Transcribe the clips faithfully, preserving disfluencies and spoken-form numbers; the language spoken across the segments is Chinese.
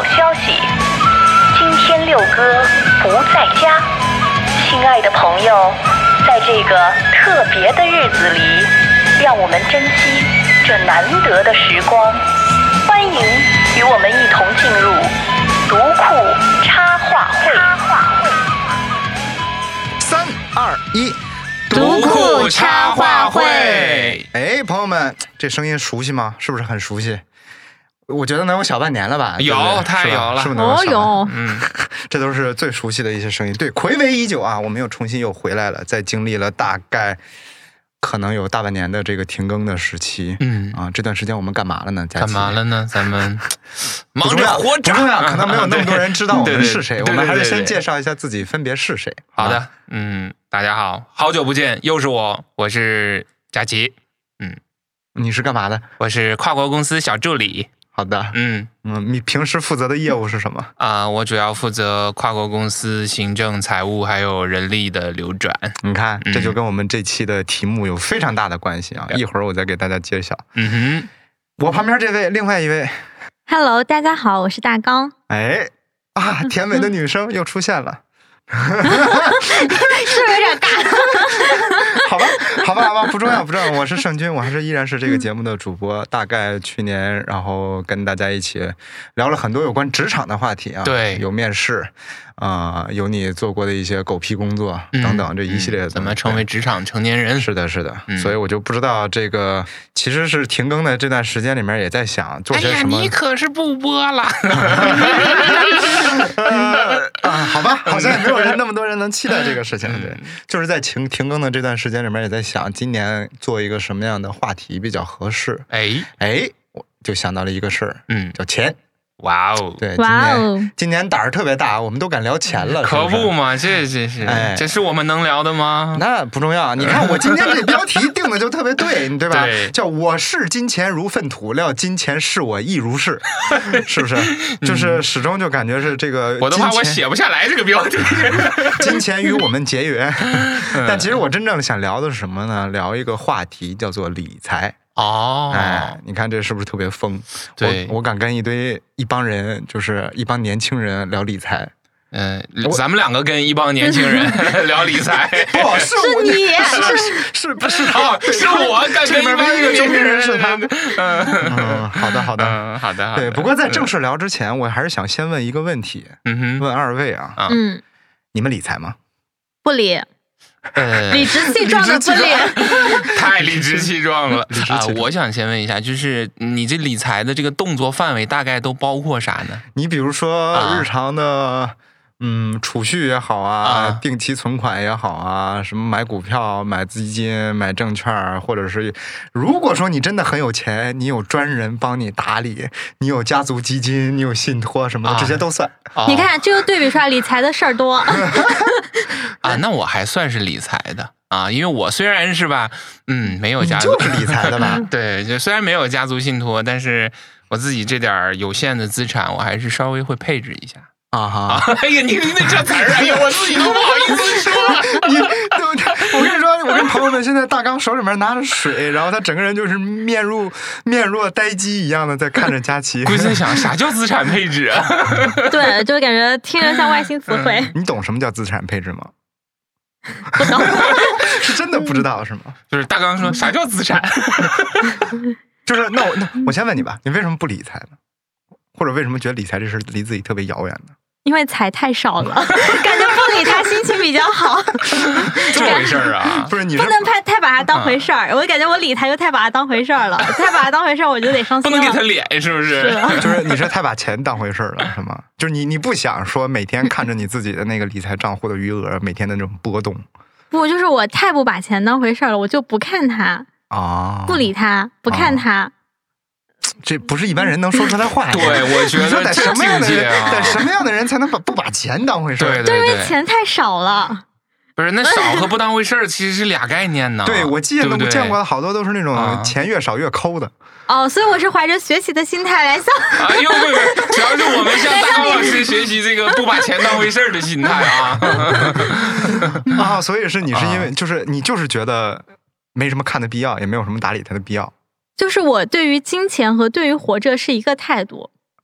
好消息，今天六哥不在家。亲爱的朋友，在这个特别的日子里，让我们珍惜这难得的时光。欢迎与我们一同进入读库插画会。 三二一， 读库插画会。 哎，朋友们，这声音熟悉吗？是不是很熟悉？我觉得能有小半年了吧？ 有， 对对太有了， 是不是能有小半年？ 哦， 嗯， 这都是最熟悉的一些声音。对，暌违已久啊，我们又重新又回来了，在经历了大概可能有大半年的这个停更的时期。 嗯啊，这段时间我们干嘛了呢？ 干嘛了呢？咱们忙不重要， 着活着， 不重要，可能没有那么多人知道我们是谁。 对对对我们还是对对对先介绍一下自己分别是谁。 好的，嗯，大家好，好久不见，又是我，我是佳琪，嗯， 你是干嘛的？ 我是跨国公司小助理。 好的， 嗯嗯，你平时负责的业务是什么？ 啊、呃，我主要负责跨国公司行政、财务还有人力的流转。 你看， 嗯这就跟我们这期的题目有非常大的关系啊！一会儿我再给大家揭晓。 嗯哼， 我旁边这位，另外一位， Hello， 大家好，我是大刚。 哎啊，甜美的女生又出现了。 是不是有点尬？ 好吧，好吧，好吧，不重要，不重要。我是盛军，我还是依然是这个节目的主播。大概去年，然后跟大家一起聊了很多有关职场的话题啊， 对， 有面试，啊、呃，有你做过的一些狗屁工作、嗯、等等，这一系列的、 嗯、怎么成为职场成年人？ 是的，是的、 嗯。 所以我就不知道这个其实是停更的这段时间里面，也在想做些什么。 哎呀，你可是不播了。 呃啊，好吧，好像也没有人那么多人能期待这个事情。对，就是在停停更的这段时间里面，也在想今年做一个什么样的话题比较合适。 哎哎，我就想到了一个事儿， 嗯， 叫钱。 哇哦， 对，今年今年胆儿特别大，我们都敢聊钱了， 可不嘛？这这是，哎，这是我们能聊的吗？ 那不重要。你看我今天这标题定的就特别对，对吧？ 对， 叫我视金钱如粪土，料金钱视我亦如是，是不是？就是始终就感觉是这个。 我的话我写不下来这个标题。 金钱与我们结缘，但其实我真正想聊的是什么呢？聊一个话题叫做理财。 哦， 哎，你看这是不是特别疯？ 对， 我我敢跟一堆一帮人，就是一帮年轻人聊理财。 嗯，咱们两个跟一帮年轻人聊理财， 不是我， 你是是不是他？ 是我敢跟一帮一个中年人是他。 嗯， 好的好的， 嗯，好的。 对，不过在正式聊之前，我还是想先问一个问题， 嗯哼， 问二位啊， 嗯， 你们理财吗？ 不理。 呃， 理直气壮的不理， 太理直气壮了啊！ 我想先问一下，就是你这理财的这个动作范围大概都包括啥呢？ 你比如说日常的，嗯，储蓄也好啊， 啊定期存款也好啊，什么买股票、买基金、买证券，或者是如果说你真的很有钱，你有专人帮你打理，你有家族基金，你有信托什么的，啊、这些都算。 哦、 你看，这就对比出来理财的事儿多。 啊，那我还算是理财的啊，因为我虽然是吧，嗯，没有家族， 就是理财的吧？ 对，就虽然没有家族信托，但是我自己这点有限的资产，我还是稍微会配置一下。 啊哈！ 哎呀，你那这词儿，哎呀，我自己都不好意思说。 你，我跟你说，我跟朋友们现在大刚手里面拿着水，然后他整个人就是面如面若呆鸡一样的在看着佳琪。 估计在想啥叫资产配置啊？ 对，就感觉听着像外星词汇。 嗯、你懂什么叫资产配置吗？ 不懂， 是真的不知道是吗？ 就是大刚说啥叫资产？ 就是那我那我先问你吧，你为什么不理财呢？或者为什么觉得理财这事离自己特别遥远呢？ 因为财太少了，感觉不理他心情比较好。 这么回事儿啊？ 不是你不能太太把它当回事儿、啊，我感觉我理财就太把它当回事儿了，太把它当回事儿我就得伤心了。 不能给他脸是不是？ 是就是你是太把钱当回事儿了是吗？就是你你不想说每天看着你自己的那个理财账户的余额每天的那种波动。 不，就是我太不把钱当回事儿了，我就不看它啊， 不理它，不看它。啊， 这不是一般人能说出来话呀。 对，我觉得得什么样的人， 啊、 得什么样的人才能把不把钱当回事？ 对对对， 就因为钱太少了。 不是，那少和不当回事儿其实是俩概念呢。 对，我记得我见过的好多都是那种钱越少越抠的。 哦，所以我是怀着学习的心态来向。 哎呦，主要是我们向大刚老师学习这个不把钱当回事儿的心态啊。 啊，所以是你是因为就是你就是觉得没什么看的必要，也没有什么打理它的必要。 就是我对于金钱和对于活着是一个态度。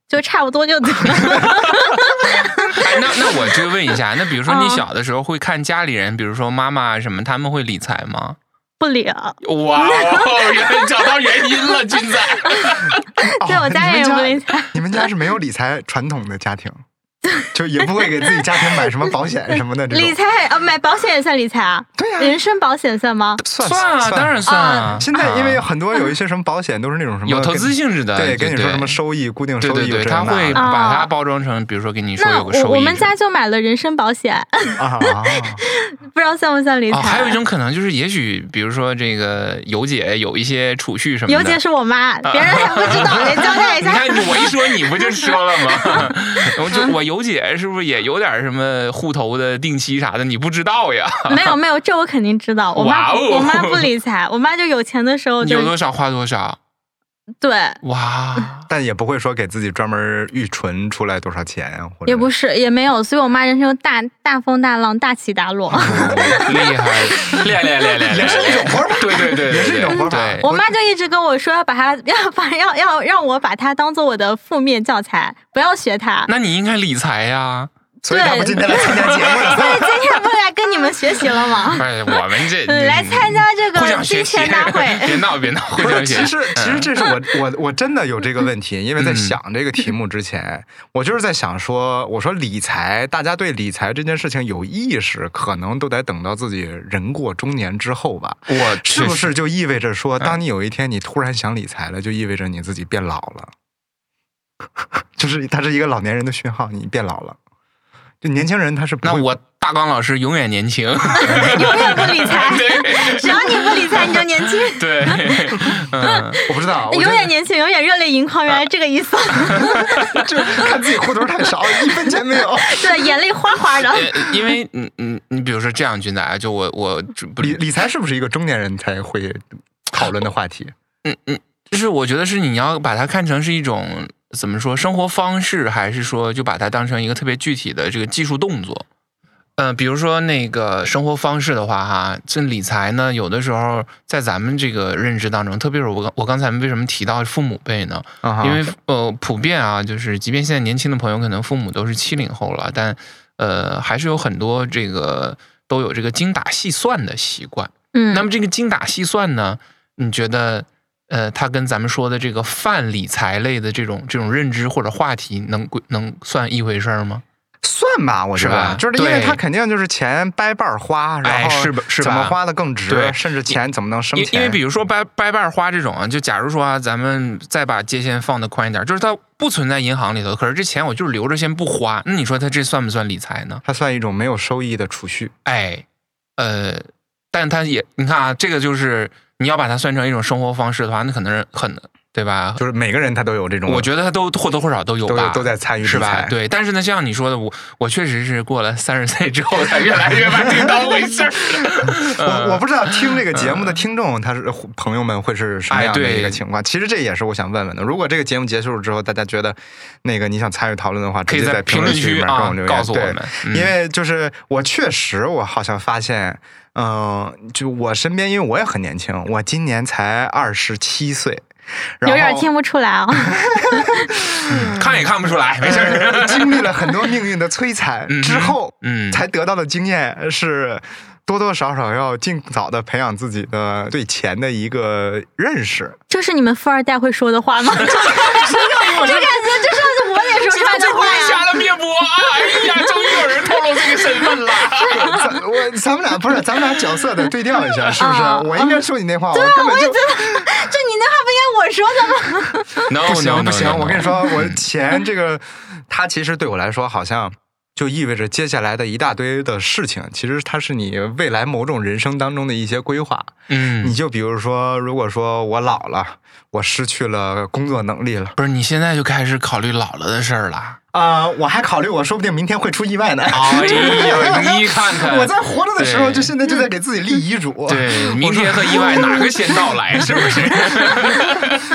就差不多就得了。 哎，那那我就问一下，那比如说你小的时候会看家里人，比如说妈妈什么，他们会理财吗？ 不理。 哇哦，原来找到原因了，君仔。 对，我家里人不理财。 你们家是没有理财传统的家庭，就也不会给自己家庭买什么保险什么的这种。 理财啊，买保险也算理财啊？ 对呀、啊， 人身保险算吗？ 算算啊，当然算啊。 现在因为很多有一些什么保险都是那种什么有投资性质的， 对，跟你说什么收益、固定收益， 对对对，他会把它包装成，比如说跟你说有个收益。 我我们家就买了人身保险， 啊， 不知道算不算理财？ 哦，还有一种可能就是，也许比如说这个尤姐有一些储蓄什么的。 尤姐是我妈，别人还不知道，得交代一下。 你看我一说你不就说了吗？我就我尤姐是不是也有点什么户头的定期啥的？你不知道呀？ 没有没有，这我肯定知道。我妈、哦、我妈不理财，我妈就有钱的时候就有多少花多少。 对， 哇， 但也不会说给自己专门预存出来多少钱，或者也不是，也没有，所以我妈人生大大风大浪，大起大落。 哦、厉害，练练练练， 也是一种活法， 对对对， 也是一种活法。 我妈就一直跟我说，要把她要把要要让我把她当做我的负面教材，不要学她。 那你应该理财呀。 所以他不今天来参加节目了， 所以今天不来跟你们学习了吗？ 哎，我们这来参加这个金钱大会， 别闹别闹，互相学习。 其实其实这是我我我真的有这个问题，因为在想这个题目之前，我就是在想说，我说理财，大家对理财这件事情有意识，可能都得等到自己人过中年之后吧。 我是不是就意味着说，当你有一天你突然想理财了，就意味着你自己变老了，就是它是一个老年人的讯号，你变老了。就年轻人他是不会， 那我大刚老师永远年轻， 永远不理财，只要你不理财你就年轻。 对， 嗯，我不知道， 永远年轻，永远热泪盈眶，原来这个意思。 就看自己户头太少，一分钱没有， 对，眼泪哗哗的。 因为你你你比如说这样，君仔，就我我理理财是不是一个中年人才会讨论的话题？ 嗯嗯，就是我觉得是你要把它看成是一种。怎么说生活方式，还是说就把它当成一个特别具体的这个技术动作？呃，比如说那个生活方式的话，哈，这理财呢，有的时候在咱们这个认知当中，特别是我我刚才为什么提到父母辈呢？Uh-huh. 因为呃，普遍啊，就是即便现在年轻的朋友可能父母都是七零后了，但呃，还是有很多这个都有这个精打细算的习惯。 嗯， 那么这个精打细算呢，你觉得？呃，它跟咱们说的这个泛理财类的这种这种认知或者话题能能算一回事吗？ 算吧，我觉得，就是因为它肯定就是钱掰半花，然后是吧？是怎么花的更值， 对， 甚至钱怎么能生钱？ 因为比如说掰掰半花这种啊，就假如说啊，咱们再把界限放得宽一点，就是它不存在银行里头，可是这钱我就是留着先不花，那你说它这算不算理财呢？ 它算一种没有收益的储蓄。 哎，呃，但它也，你看啊，这个就是。你要把它算成一种生活方式的话，那可能是很，对吧？ 就是每个人他都有这种， 我觉得他都或多或少都有吧， 都, 都在参与， 是吧？对，但是呢，像你说的，我我确实是过了三十岁之后才越来越把这个当回事儿。 我我不知道听这个节目的听众，他是朋友们会是什么样的一个情况？哎、其实这也是我想问问的。如果这个节目结束之后，大家觉得那个你想参与讨论的话，直接在评论区里面跟我留言， 啊、告诉我们。 嗯、因为就是我确实，我好像发现。嗯、呃，就我身边，因为我也很年轻，我今年才二十七岁， 有点听不出来啊、哦嗯，看也看不出来，没事儿。 经历了很多命运的摧残之后， 嗯， 才得到的经验是多多少少要尽早的培养自己的对钱的一个认识。 这是你们富二代会说的话吗？我就感觉这是我也说出来的话呀。 下了面膜啊！哎呀，终于有人透露这个身份了。 咱我咱们俩不是，咱们俩角色得对调一下，是不是？ 啊、 我应该说你那话， 对啊， 我根本就我也觉得，这你那话不应该我说的吗 ？No 不行 no, no, 不行， no, no, no. 我跟你说，我钱这个，它其实对我来说好像。就意味着接下来的一大堆的事情，其实它是你未来某种人生当中的一些规划。 嗯， 你就比如说，如果说我老了，我失去了工作能力了， 不是你现在就开始考虑老了的事儿了啊、呃？我还考虑，我说不定明天会出意外呢。 哎呀，你看看， 我在活着的时候，就现在就在给自己立遗嘱。 对，明天和意外哪个先到来，是不是？ 我都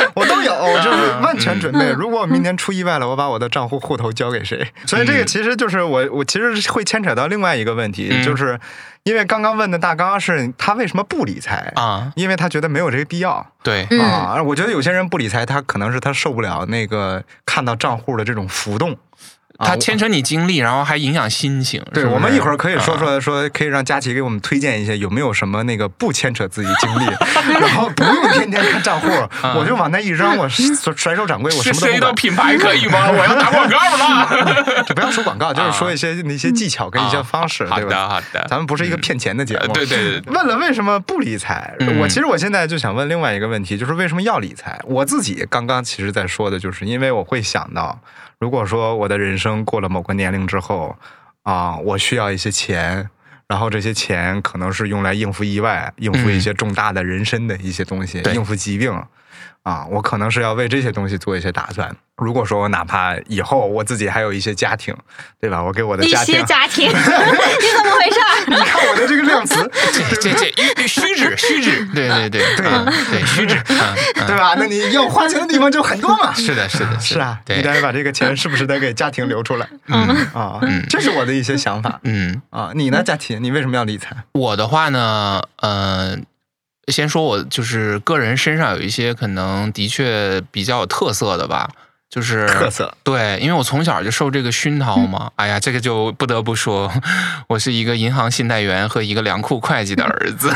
有，就是万全准备。如果我明年出意外了，我把我的账户户头交给谁？所以这个其实就是我我其实会牵扯到另外一个问题， 嗯、 就是因为刚刚问的大纲是他为什么不理财啊？ 因为他觉得没有这个必要。 对啊，我觉得有些人不理财，他可能是他受不了那个看到账户的这种浮动。 它牵扯你精力，然后还影响心情。 对， 是是我们一会儿可以说说、啊、说，可以让佳琪给我们推荐一些有没有什么那个不牵扯自己精力，然后不用天天看账户，啊、我就往那一扔，我甩手掌柜，我什么都不管。 是谁的品牌可以吗？我要打广告了。 就不要说广告，就是说一些那些技巧跟一些方式， 啊、 对吧？ 好的，好的。 咱们不是一个骗钱的节目。 嗯、对对对。 问了为什么不理财， 嗯、 我其实我现在就想问另外一个问题，就是为什么要理财？我自己刚刚其实在说的就是，因为我会想到。如果说我的人生过了某个年龄之后，啊，我需要一些钱，然后这些钱可能是用来应付意外、应付一些重大的人身的一些东西， 嗯、 应付疾病，啊，我可能是要为这些东西做一些打算。如果说我哪怕以后我自己还有一些家庭，对吧？我给我的家庭， 一些家庭，你怎么回事？ 你看我的这个量词， 这这这虚指虚指，对对对对对虚指， 对吧？那你要花钱的地方就很多嘛。 是的，是的， 是啊，你得把这个钱是不是得给家庭留出来？ 嗯啊，这是我的一些想法。 嗯啊，你呢，佳琪？你为什么要理财？ 我的话呢，呃。先说我就是个人身上有一些可能的确比较有特色的吧，就是特色。 对，因为我从小就受这个熏陶嘛。哎呀，这个就不得不说，我是一个银行信贷员和一个粮库会计的儿子。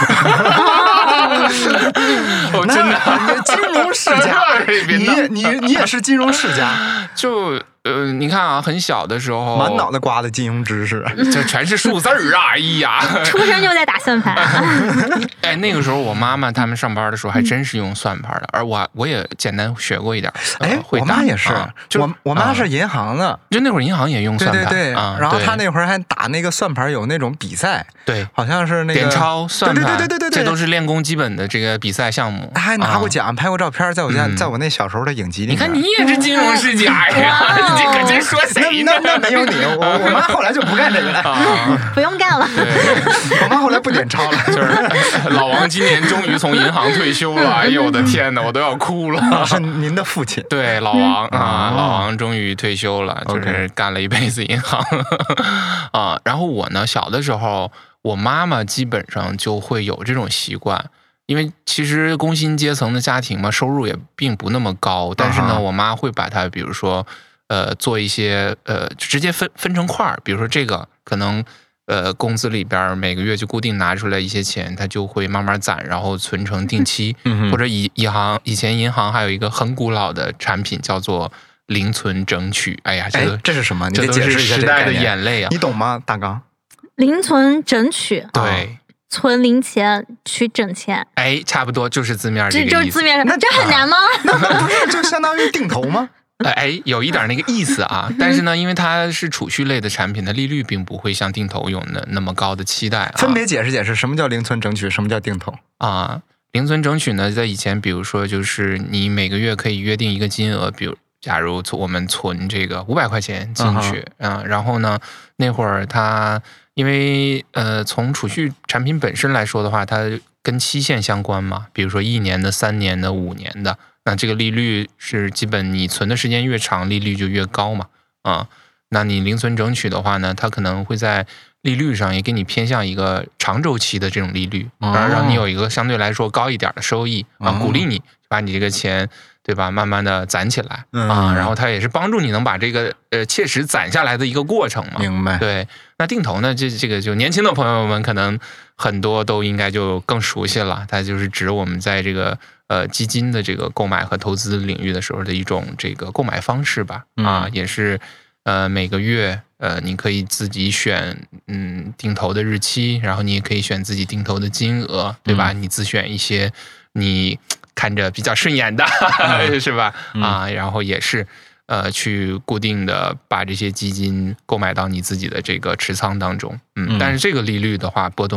哦，真的， 你金融世家，你你你也是金融世家， 就。呃，你看啊，很小的时候， 满脑袋瓜的金融知识， 这全是数字儿啊！哎呀， 出生就在打算盘。 哎，那个时候我妈妈他们上班的时候还真是用算盘的，而我我也简单学过一点。 哎、呃，我妈也是，啊、我我妈是银行的， 啊、就那会儿银行也用算盘， 对对对。 啊、 然后她那会儿还打那个算盘，有那种比赛， 对， 好像是那个点钞算盘， 对对对对对， 这都是练功基本的这个比赛项目。 她还拿过奖， 啊、 拍过照片，在我家，嗯、在我那小时候的影集里面。 你看，你也是金融世家呀，你可真说。 那那那没有你，我我妈后来就不干这个了， 啊、 不用干了。 对， 我妈后来不点钞了。 就是老王今年终于从银行退休了，哎呦我的天哪，我都要哭了。 是您的父亲？ 对，老王啊，老王终于退休了，就是干了一辈子银行啊。然后我呢，小的时候，我妈妈基本上就会有这种习惯。因为其实工薪阶层的家庭嘛，收入也并不那么高，但是呢，啊、我妈会把它，比如说。呃，做一些呃，直接分分成块儿，比如说这个可能呃，工资里边每个月就固定拿出来一些钱，它就会慢慢攒，然后存成定期， 嗯、 或者以银行以前银行还有一个很古老的产品叫做零存整取。哎呀，这个这是什么？你这都是时代的眼泪啊！ 你懂吗，大刚？ 零存整取， 对。 存零钱取整钱， 哎，差不多就是字面这个意思。 这就是字面，那这很难吗？ 那不是就相当于定投吗？ 哎，有一点那个意思啊，但是呢，因为它是储蓄类的产品，它利率并不会像定投有那那么高的期待啊。 分别解释解释，什么叫零存整取，什么叫定投啊？零存整取呢，在以前，比如说，就是你每个月可以约定一个金额，比如假如我们存这个五百块钱进去啊，然后呢，那会儿它因为呃，从储蓄产品本身来说的话，它跟期限相关嘛，比如说一年的、三年的、五年的。那这个利率是基本你存的时间越长，利率就越高嘛，啊，那你零存整取的话呢，它可能会在利率上也给你偏向一个长周期的这种利率，而让你有一个相对来说高一点的收益啊，鼓励你把你这个钱对吧，慢慢的攒起来啊，然后它也是帮助你能把这个呃切实攒下来的一个过程嘛。 明白。 对，那定投呢，这这个就年轻的朋友们可能很多都应该就更熟悉了，它就是指我们在这个。呃，基金的这个购买和投资领域的时候的一种这个购买方式吧，啊， 嗯、 也是呃每个月呃你可以自己选嗯定投的日期，然后你也可以选自己定投的金额，对吧？嗯、你自选一些你看着比较顺眼的，嗯、是吧？嗯、啊，然后也是呃去固定的把这些基金购买到你自己的这个持仓当中，嗯，嗯但是这个利率的话波动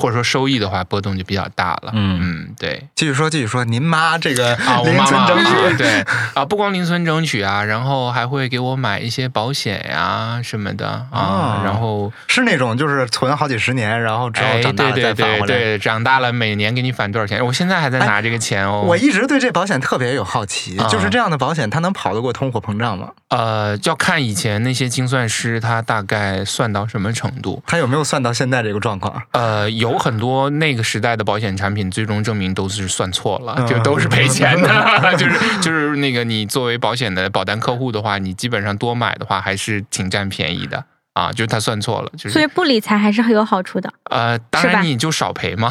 或者说收益的话，波动就比较大了。 嗯嗯，对。 继续说，继续说，您妈这个啊，我零妈妈存争取， 啊对啊，不光零存争取啊，然后还会给我买一些保险呀、什么的啊， 哦然后是那种就是存好几十年，然后之后哎， 长大了对对再返回来。 对对，长大了每年给你返多少钱？我现在还在拿这个钱哦。 我一直对这保险特别有好奇， 啊就是这样的保险，它能跑得过通货膨胀吗？ 呃，要看以前那些精算师他大概算到什么程度。 它有没有算到现在这个状况？ 呃，有很多那个时代的保险产品，最终证明都是算错了， 嗯就都是赔钱的。就是就是那个你作为保险的保单客户的话，你基本上多买的话还是挺占便宜的。啊，就是他算错了，就是所以不理财还是很有好处的。 呃，当是吧然你就少赔嘛。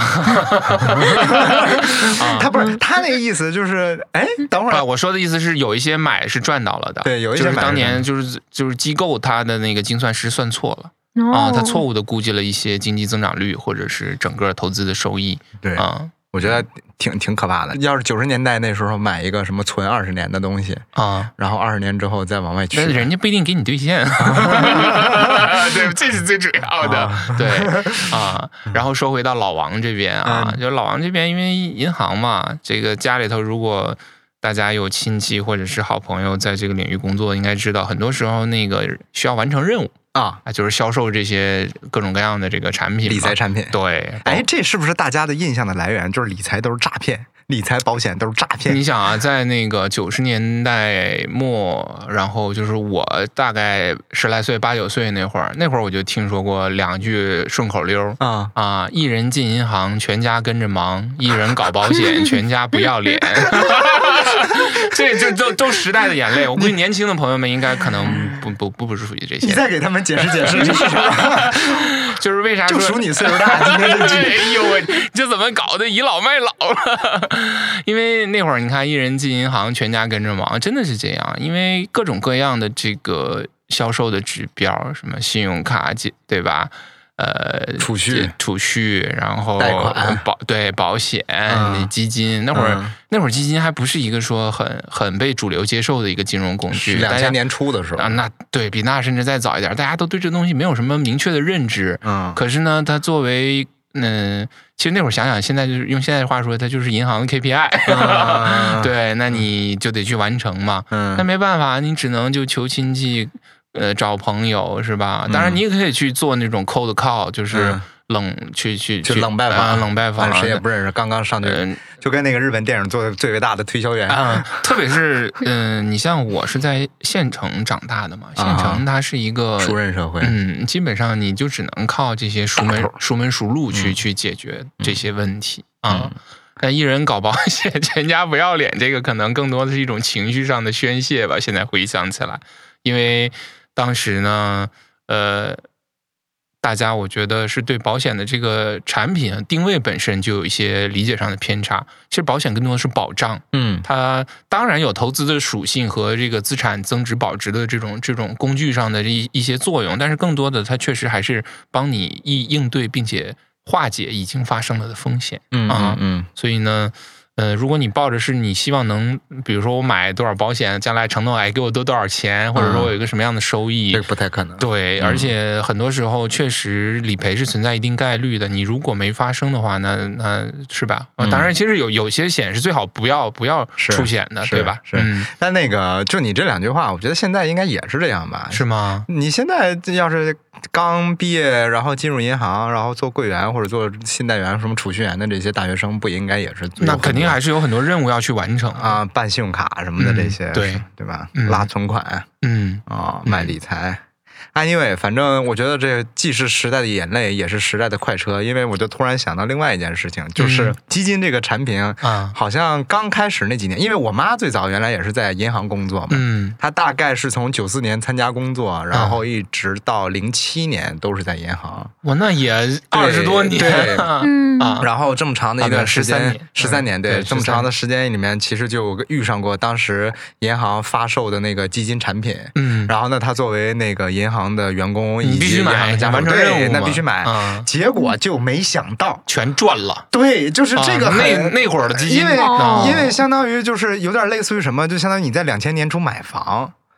他不是他那个意思就是，哎，等会啊， 儿我说的意思是有一些买是赚到了的， 对有一些就是当买是赚年就是就是机构他的那个精算师算错了。 哦、 啊，他错误的估计了一些经济增长率，或者是整个投资的收益。 对， 啊我觉得挺挺可怕的。要是九十年代那时候买一个什么存二十年的东西， 啊， 然后二十年之后再往外取但，是人家不一定给你兑现。对，这是最主要的。 啊对啊，然后说回到老王这边啊， 嗯就老王这边，因为银行嘛，这个家里头如果大家有亲戚或者是好朋友在这个领域工作，应该知道，很多时候那个需要完成任务啊， 啊，就是销售这些各种各样的这个产品嘛， 理财产品。 对， 哎，这是不是大家的印象的来源？就是理财都是诈骗，理财保险都是诈骗你。想啊，在那个九十年代末，然后就是我大概十来岁、八九岁那会儿，那会儿我就听说过两句顺口溜啊啊：一人进银行，全家跟着忙；一人搞保险，全家不要脸。这就都都时代的眼泪。我估计年轻的朋友们应该可能不不不不是属于这些。 你再给他们解释解释这是什么？ 就是为啥说就数你岁数大，今天这句。 哎呦喂，这怎么搞的倚老卖老了？因为那会儿你看，一人进银行，全家跟着忙，真的是这样。因为各种各样的这个销售的指标，什么信用卡，对吧？呃， 储蓄、 储蓄，然后贷款保对保险、 嗯、 基金，那会儿、 嗯、 那会儿基金还不是一个说很很被主流接受的一个金融工具。 两千年初的时候啊，那对比那甚至再早一点，大家都对这东西没有什么明确的认知。 嗯， 可是呢，它作为嗯，其实那会儿想想，现在就是用现在的话说，它就是银行的 K P I，、嗯、对，那你就得去完成嘛。 嗯， 那没办法，你只能就求亲戚。呃，找朋友是吧？当然，你也可以去做那种 cold call，、嗯、就是冷、嗯、去去去冷拜访、 啊，冷拜访， 谁也不认识，刚刚上去、呃，就跟那个日本电影做的最伟大的推销员啊、嗯。特别是，嗯、呃，你像我是在县城长大的嘛，县城它是一个熟人社会， 嗯，基本上你就只能靠这些熟门熟门熟路去、嗯、去解决这些问题啊。但、嗯、一人搞保险，全家不要脸，这个可能更多的是一种情绪上的宣泄吧。现在回想起来，因为。当时呢，呃，大家我觉得是对保险的这个产品定位本身就有一些理解上的偏差。其实保险更多的是保障， 嗯， 它当然有投资的属性和这个资产增值保值的这种这种工具上的一一些作用，但是更多的它确实还是帮你应应对并且化解已经发生了的风险， 嗯啊， 嗯， 所以呢。呃，如果你抱着是你希望能，比如说我买多少保险，将来承诺哎给我多多少钱，或者说我有一个什么样的收益， 这个不太可能。 对，而且很多时候确实理赔是存在一定概率的。你如果没发生的话，那那是吧？ 嗯、 当然，其实有有些险是最好不要不要出险的，对吧？ 是。嗯、但那个就你这两句话，我觉得现在应该也是这样吧？ 是吗？ 你现在要是刚毕业，然后进入银行，然后做柜员或者做信贷员、什么储蓄员的这些大学生，不应该也是？ 那肯定还是有很多任务要去完成啊，办信用卡什么的这些， 嗯、对对吧？ 嗯、 拉存款， 嗯啊、哦，卖理财。anyway，反正我觉得这既是时代的眼泪，也是时代的快车。因为我就突然想到另外一件事情，就是基金这个产品啊，好像刚开始那几年，因为我妈最早原来也是在银行工作嘛， 嗯， 她大概是从九四年参加工作，然后一直到零七年都是在银行。 哇，那也二十多年， 对， 嗯啊，然后这么长的一段时间，十三年， 对，这么长的时间里面，其实就遇上过当时银行发售的那个基金产品， 嗯， 然后呢，他作为那个银行的员工。 你必须买，完成任务那必须买、 嗯。 结果就没想到全赚了。 对，就是这个、 啊、那那会儿的基金， 因为、 哦、 因为相当于就是有点类似于什么，就相当于你在两千年初买房。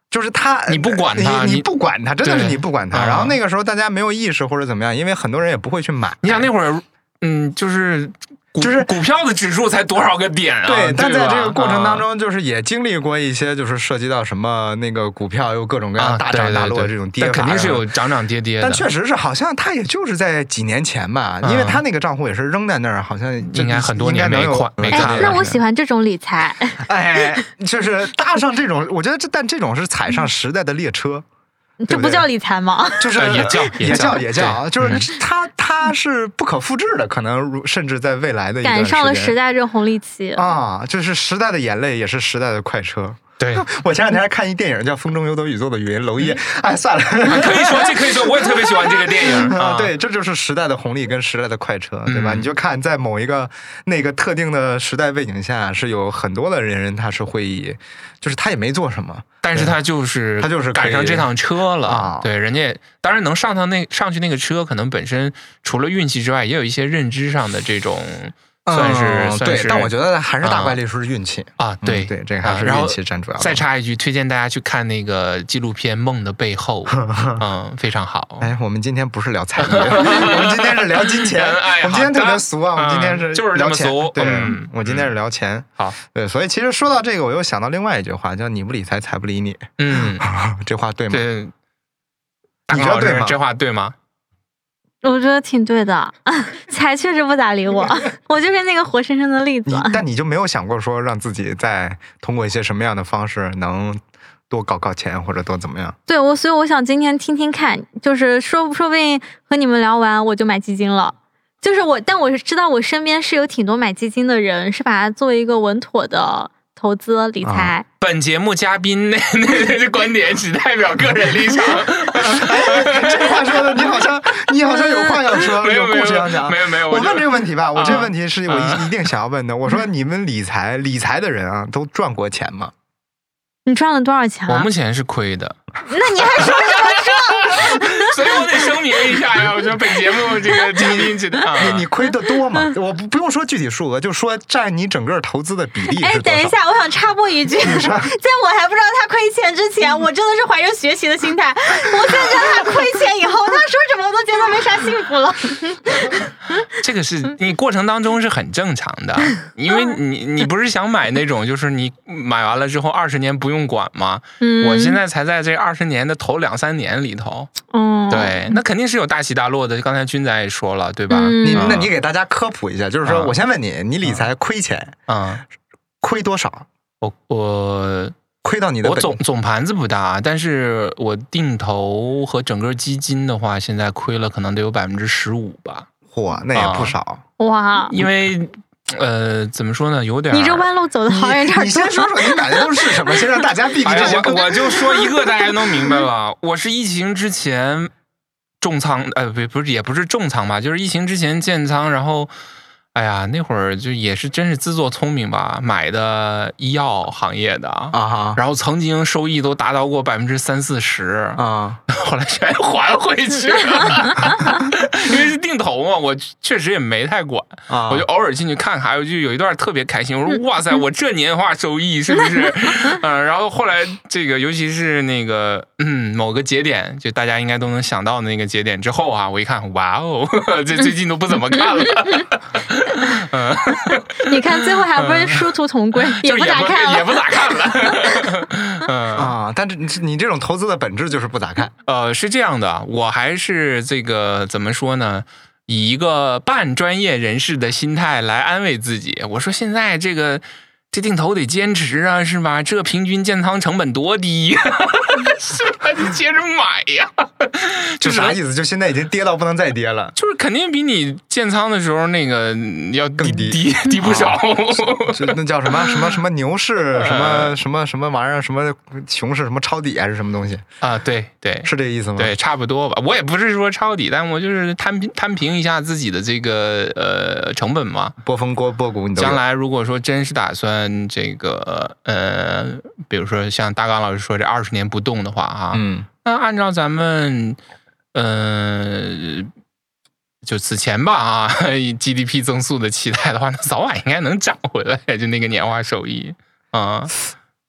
就是他， 你不管他， 你你不管他，真的是对你不管他。然后那个时候大家没有意识或者怎么样，因为很多人也不会去买。 你想那会儿，嗯，就是股就是股票的指数才多少个点啊？ 对，但在吧这个过程当啊中，就是也经历过一些，就是涉及到什么那个股票有各种各样啊大涨大落对对对这种跌法， 但肯定是有涨涨跌跌的。 但确实是，好像他也就是在几年前吧，因为他那个账户也是扔在那儿，好像应该很多年没款没哎看了。 那我喜欢这种理财。 哎，就是搭上这种，我觉得这但这种是踩上时代的列车。 这不叫理财吗？ 就是呃也叫也叫也叫， 对就是它它是不可复制的，可能如甚至在未来的一段赶上了时间时代这红利期。 啊，就是时代的眼泪，也是时代的快车。 对， 我前两天还看一电影叫《风中有朵雨做的云》，娄烨，哎，算了， 可以说这可以说，我也特别喜欢这个电影啊， 啊。 对，这就是时代的红利跟时代的快车，对吧？ 嗯你就看在某一个那个特定的时代背景下，是有很多的人人他是会以，就是他也没做什么， 但是他就是他就是可以赶上这趟车了， 啊对，人家也当然能上到那上去那个车，可能本身除了运气之外，也有一些认知上的这种。算是、 嗯、 算是， 对，但我觉得还是大概率是运气啊，对、 嗯、对，这个还是运气占主要的、 啊。再插一句，推荐大家去看那个纪录片《梦的背后》，嗯，非常好。 哎，我们今天不是聊财运，我们今天是聊金钱。 哎、 我们今天特别俗啊，我们今天是就是这么俗。 对、 嗯， 我今天是聊钱。 好， 对，所以其实说到这个，我又想到另外一句话，叫“你不理财，财不理你”。 嗯， 这话对吗？ 对， 你觉得对吗？ 这话对吗？ 我觉得挺对的，财确实不咋理我，我就是那个活生生的例子。 你但你就没有想过说让自己再通过一些什么样的方式能多搞搞钱或者多怎么样？ 对我，所以我想今天听听看，就是说说不定和你们聊完我就买基金了。就是我，但我知道我身边是有挺多买基金的人，是把它作为一个稳妥的投资理财。 啊、 本节目嘉宾那那那观点只代表个人立场。 哎，这话说的，你好像你好像有话要说， 有故事要讲。 没有没有， 我问这个问题吧，我这个问题是我啊一定想要问的。我说你们理财理财的人啊，都赚过钱吗？ 你赚了多少钱、啊？ 我目前是亏的。 那你还说什么赚？ 所以我得声明一下呀，我说本节目这个嘉宾知道， 你你亏的多吗？我不不用说具体数额，就说占你整个投资的比例是多少？ 哎，等一下，我想插播一句，在我还不知道他亏钱之前，我真的是怀着学习的心态。我现在知道他亏钱以后，他说什么我都觉得没啥幸福了。 这个是你过程当中是很正常的，因为你你不是想买那种就是你买完了之后二十年不用管吗？ 嗯， 我现在才在这二十年的头两三年里头， 嗯， 对，那肯定是有大起大落的。刚才君仔也说了，对吧？ 嗯、 你那你给大家科普一下，就是说，我先问你，你理财亏钱， 嗯， 亏多少？ 我我亏到你的我总总盘子不大，但是我定投和整个基金的话，现在亏了可能得有百分之十五吧。 嚯，那也不少。 哇， 因为。呃，怎么说呢？有点你这弯路走的好有点多。 你先说说你买的都是什么，先让大家避避这些、 哎。我我就说一个，大家都明白了。我是疫情之前重仓，呃，不不是，也不是重仓吧，就是疫情之前建仓，然后，哎呀，那会儿就也是真是自作聪明吧，买的医药行业的啊， 然后曾经收益都达到过百分之三四十啊， 后来全还回去了，因为是定投嘛，我确实也没太管， 啊、 我就偶尔进去看看，我就有一段特别开心，我说哇塞，我这年化收益是不是？嗯、呃，然后后来这个，尤其是那个嗯某个节点，就大家应该都能想到的那个节点之后啊，我一看，哇哦，这最近都不怎么看了。 嗯，你看最后还不是殊途同归， 嗯、 也不咋看了， 也不咋看了。 嗯啊，但是你你这种投资的本质就是不咋看。 呃，是这样的，我还是这个怎么说呢？以一个半专业人士的心态来安慰自己。我说现在这个这定投得坚持啊，是吧？这平均建仓成本多低呀、啊，是吧？你接着买呀。 就啥意思？就现在已经跌到不能再跌了， 就是肯定比你建仓的时候那个要更低低低不少。 是那叫什么什么什么牛市，什么什么什么玩意儿，什么熊市，什么抄底还是什么东西啊？对对， 是这个意思吗？ 对，差不多吧。我也不是说抄底，但我就是摊平摊平一下自己的这个呃成本嘛。 波峰波波谷，你都将来如果说真是打算这个呃，比如说像大刚老师说这二十年不动的话啊， 嗯， 那按照咱们呃就此前吧啊 G D P 增速的期待的话，那早晚应该能涨回来，就那个年化收益啊。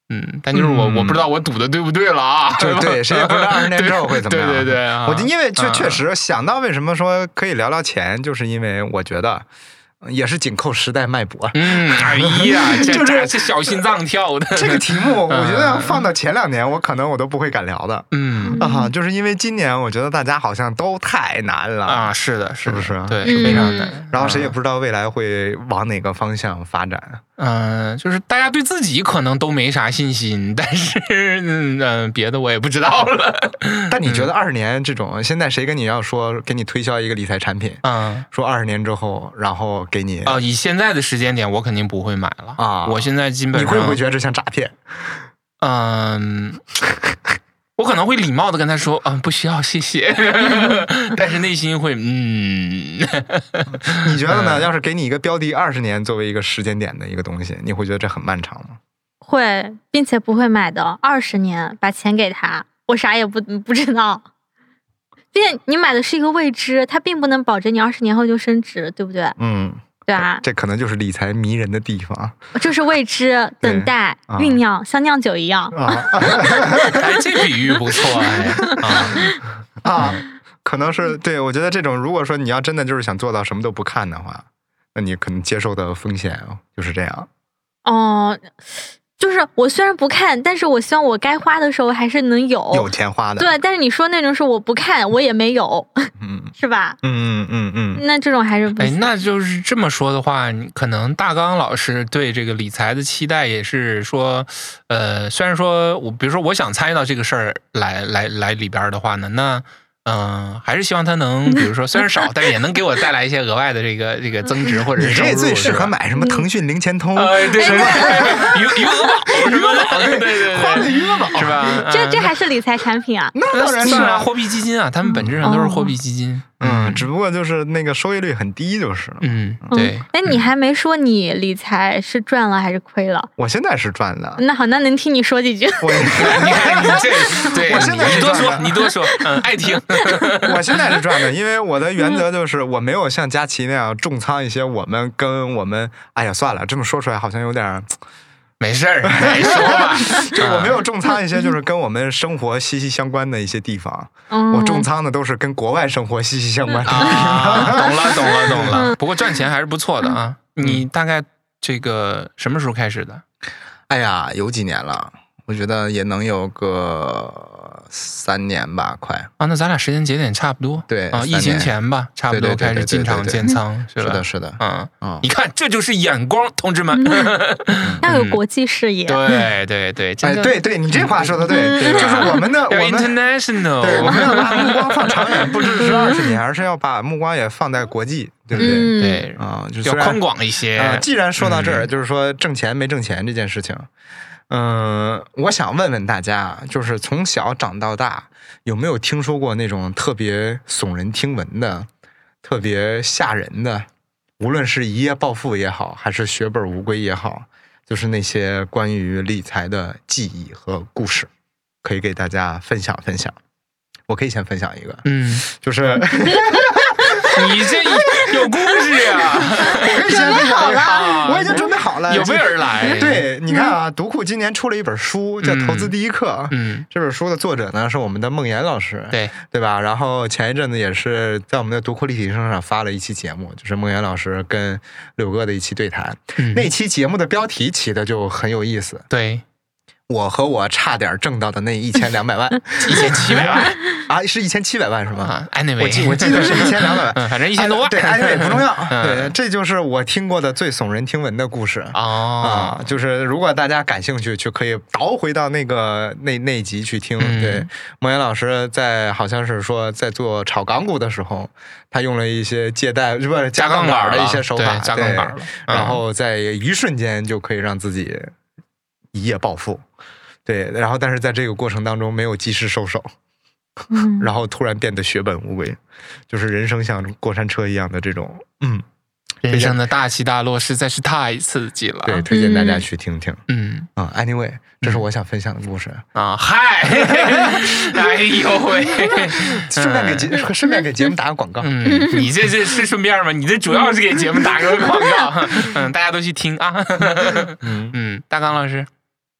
嗯，但就是我、嗯、我不知道我赌的对不对了啊， 对对，谁也不知道二十年之后会怎么样。 对对对、啊， 我因为确确实想到为什么说可以聊聊钱，就是因为我觉得。也是紧扣时代脉搏。 嗯，哎呀，这就是这小心脏跳的。 这个题目，我觉得放到前两年，我可能我都不会敢聊的。 嗯啊，就是因为今年我觉得大家好像都太难了啊，是的， 是不是？ 对，是非常难。 然后谁也不知道未来会往哪个方向发展。 嗯、呃，就是大家对自己可能都没啥信心，但是嗯、呃，别的我也不知道了。 但你觉得二十年这种，现在谁跟你要说给你推销一个理财产品， 嗯， 说二十年之后，然后给你啊、呃，以现在的时间点，我肯定不会买了啊。 我现在基本上， 你会不会觉得这像诈骗？ 嗯。我可能会礼貌的跟他说，嗯，不需要，谢谢。但是内心会，嗯。 你觉得呢？要是给你一个标的二十年作为一个时间点的一个东西，你会觉得这很漫长吗？ 会，并且不会买的。二十年把钱给他，我啥也不不知道。并且你买的是一个未知，它并不能保证你二十年后就升值，对不对？ 嗯。 对啊， 这可能就是理财迷人的地方， 就是未知、等待、酝酿，像酿酒一样。 啊， 哎，这比喻不错哎。 啊啊，可能是对，我觉得这种，如果说你要真的就是想做到什么都不看的话，那你可能接受的风险就是这样。 哦。就是我虽然不看，但是我希望我该花的时候还是能有有钱花的。 对，但是你说那种是我不看，我也没有，嗯，是吧？ 嗯嗯嗯嗯。 那这种还是不行。 哎，那就是这么说的话，可能大刚老师对这个理财的期待也是说，呃，虽然说我比如说我想参与到这个事儿来来来里边的话呢，那。嗯、呃，还是希望它能，比如说虽然少，但是也能给我带来一些额外的这个这个增值或者是收入。 你这最适合买什么腾讯零钱通， 呃，对什么余余额宝什么的，对对对， 花个余额宝是吧？ 这这还是理财产品啊？ 那当然是啊，货币基金啊，他们本质上都是货币基金。 嗯，只不过就是那个收益率很低，就是嗯，对。 哎、嗯，你还没说你理财是赚了还是亏了？ 我现在是赚了。 那好，那能听你说几句？ 我你看你这，对， 我现在你多说，你多说，嗯，爱听。 我现在是赚的，因为我的原则就是我没有像佳琪那样重仓一些我们跟我们，哎呀，算了，这么说出来好像有点。 没事儿，没说吧。 就我没有重仓一些就是跟我们生活息息相关的一些地方，嗯、我重仓的都是跟国外生活息息相关的地方。 啊、懂了，懂了，懂了。不过赚钱还是不错的啊。你大概这个什么时候开始的？ 哎呀，有几年了，我觉得也能有个三年吧，快啊。那咱俩时间节点差不多。 对啊，疫情前吧，差不多开始进场建仓， 是的，是的。 嗯嗯，你看，这就是眼光，同志们。 要有国际视野。 对对对， 哎，对对，你这话说的对，就是我们的我们 international， 对，我们要把目光放长远，不只是二十年，而是要把目光也放在国际，对不对？ 对啊，就要宽广一些啊。既然说到这儿，就是说挣钱没挣钱这件事情。嗯，我想问问大家，就是从小长到大，有没有听说过那种特别耸人听闻的、特别吓人的，无论是一夜暴富也好，还是血本无归也好，就是那些关于理财的记忆和故事，可以给大家分享分享。我可以先分享一个， 嗯， 就是你这有故事呀、啊， 我可以先分享一个，我已经准备好了， 有备而来。 对，你看啊，读库今年出了一本书，叫《投资第一课》。 嗯， 这本书的作者呢是我们的孟岩老师， 对对吧？然后前一阵子也是在我们的读库立体声上发了一期节目，就是孟岩老师跟柳哥的一期对谈。嗯、那期节目的标题起的就很有意思。 对。 我和我差点挣到的那一千两百万， 一千七百万啊，是一千七百万是吗？ 啊 anyway 我记我记得是一千两百万， 嗯，反正一千多万。 对 ，anyway 不重要。对，这就是我听过的最耸人听闻的故事哦。 啊，就是如果大家感兴趣，就可以倒回到那个那那一集去听。嗯、对，孟岩老师在好像是说在做炒港股的时候，他用了一些借贷不是加杠杆的一些手法， 加杠杆了， 嗯、然后在一瞬间就可以让自己一夜暴富。对，然后但是在这个过程当中没有及时收手，嗯、然后突然变得血本无归，就是人生像过山车一样的这种，嗯， 人生的大起大落实在是太刺激了。 对，推荐大家去听听。 嗯啊、嗯 ，anyway， 这是我想分享的故事啊。嗨，哎呦喂， 顺便给节顺便给节目打个广告。 嗯，你这这是顺便吗？你这主要是给节目打个广告。嗯，大家都去听啊。嗯嗯，大刚老师。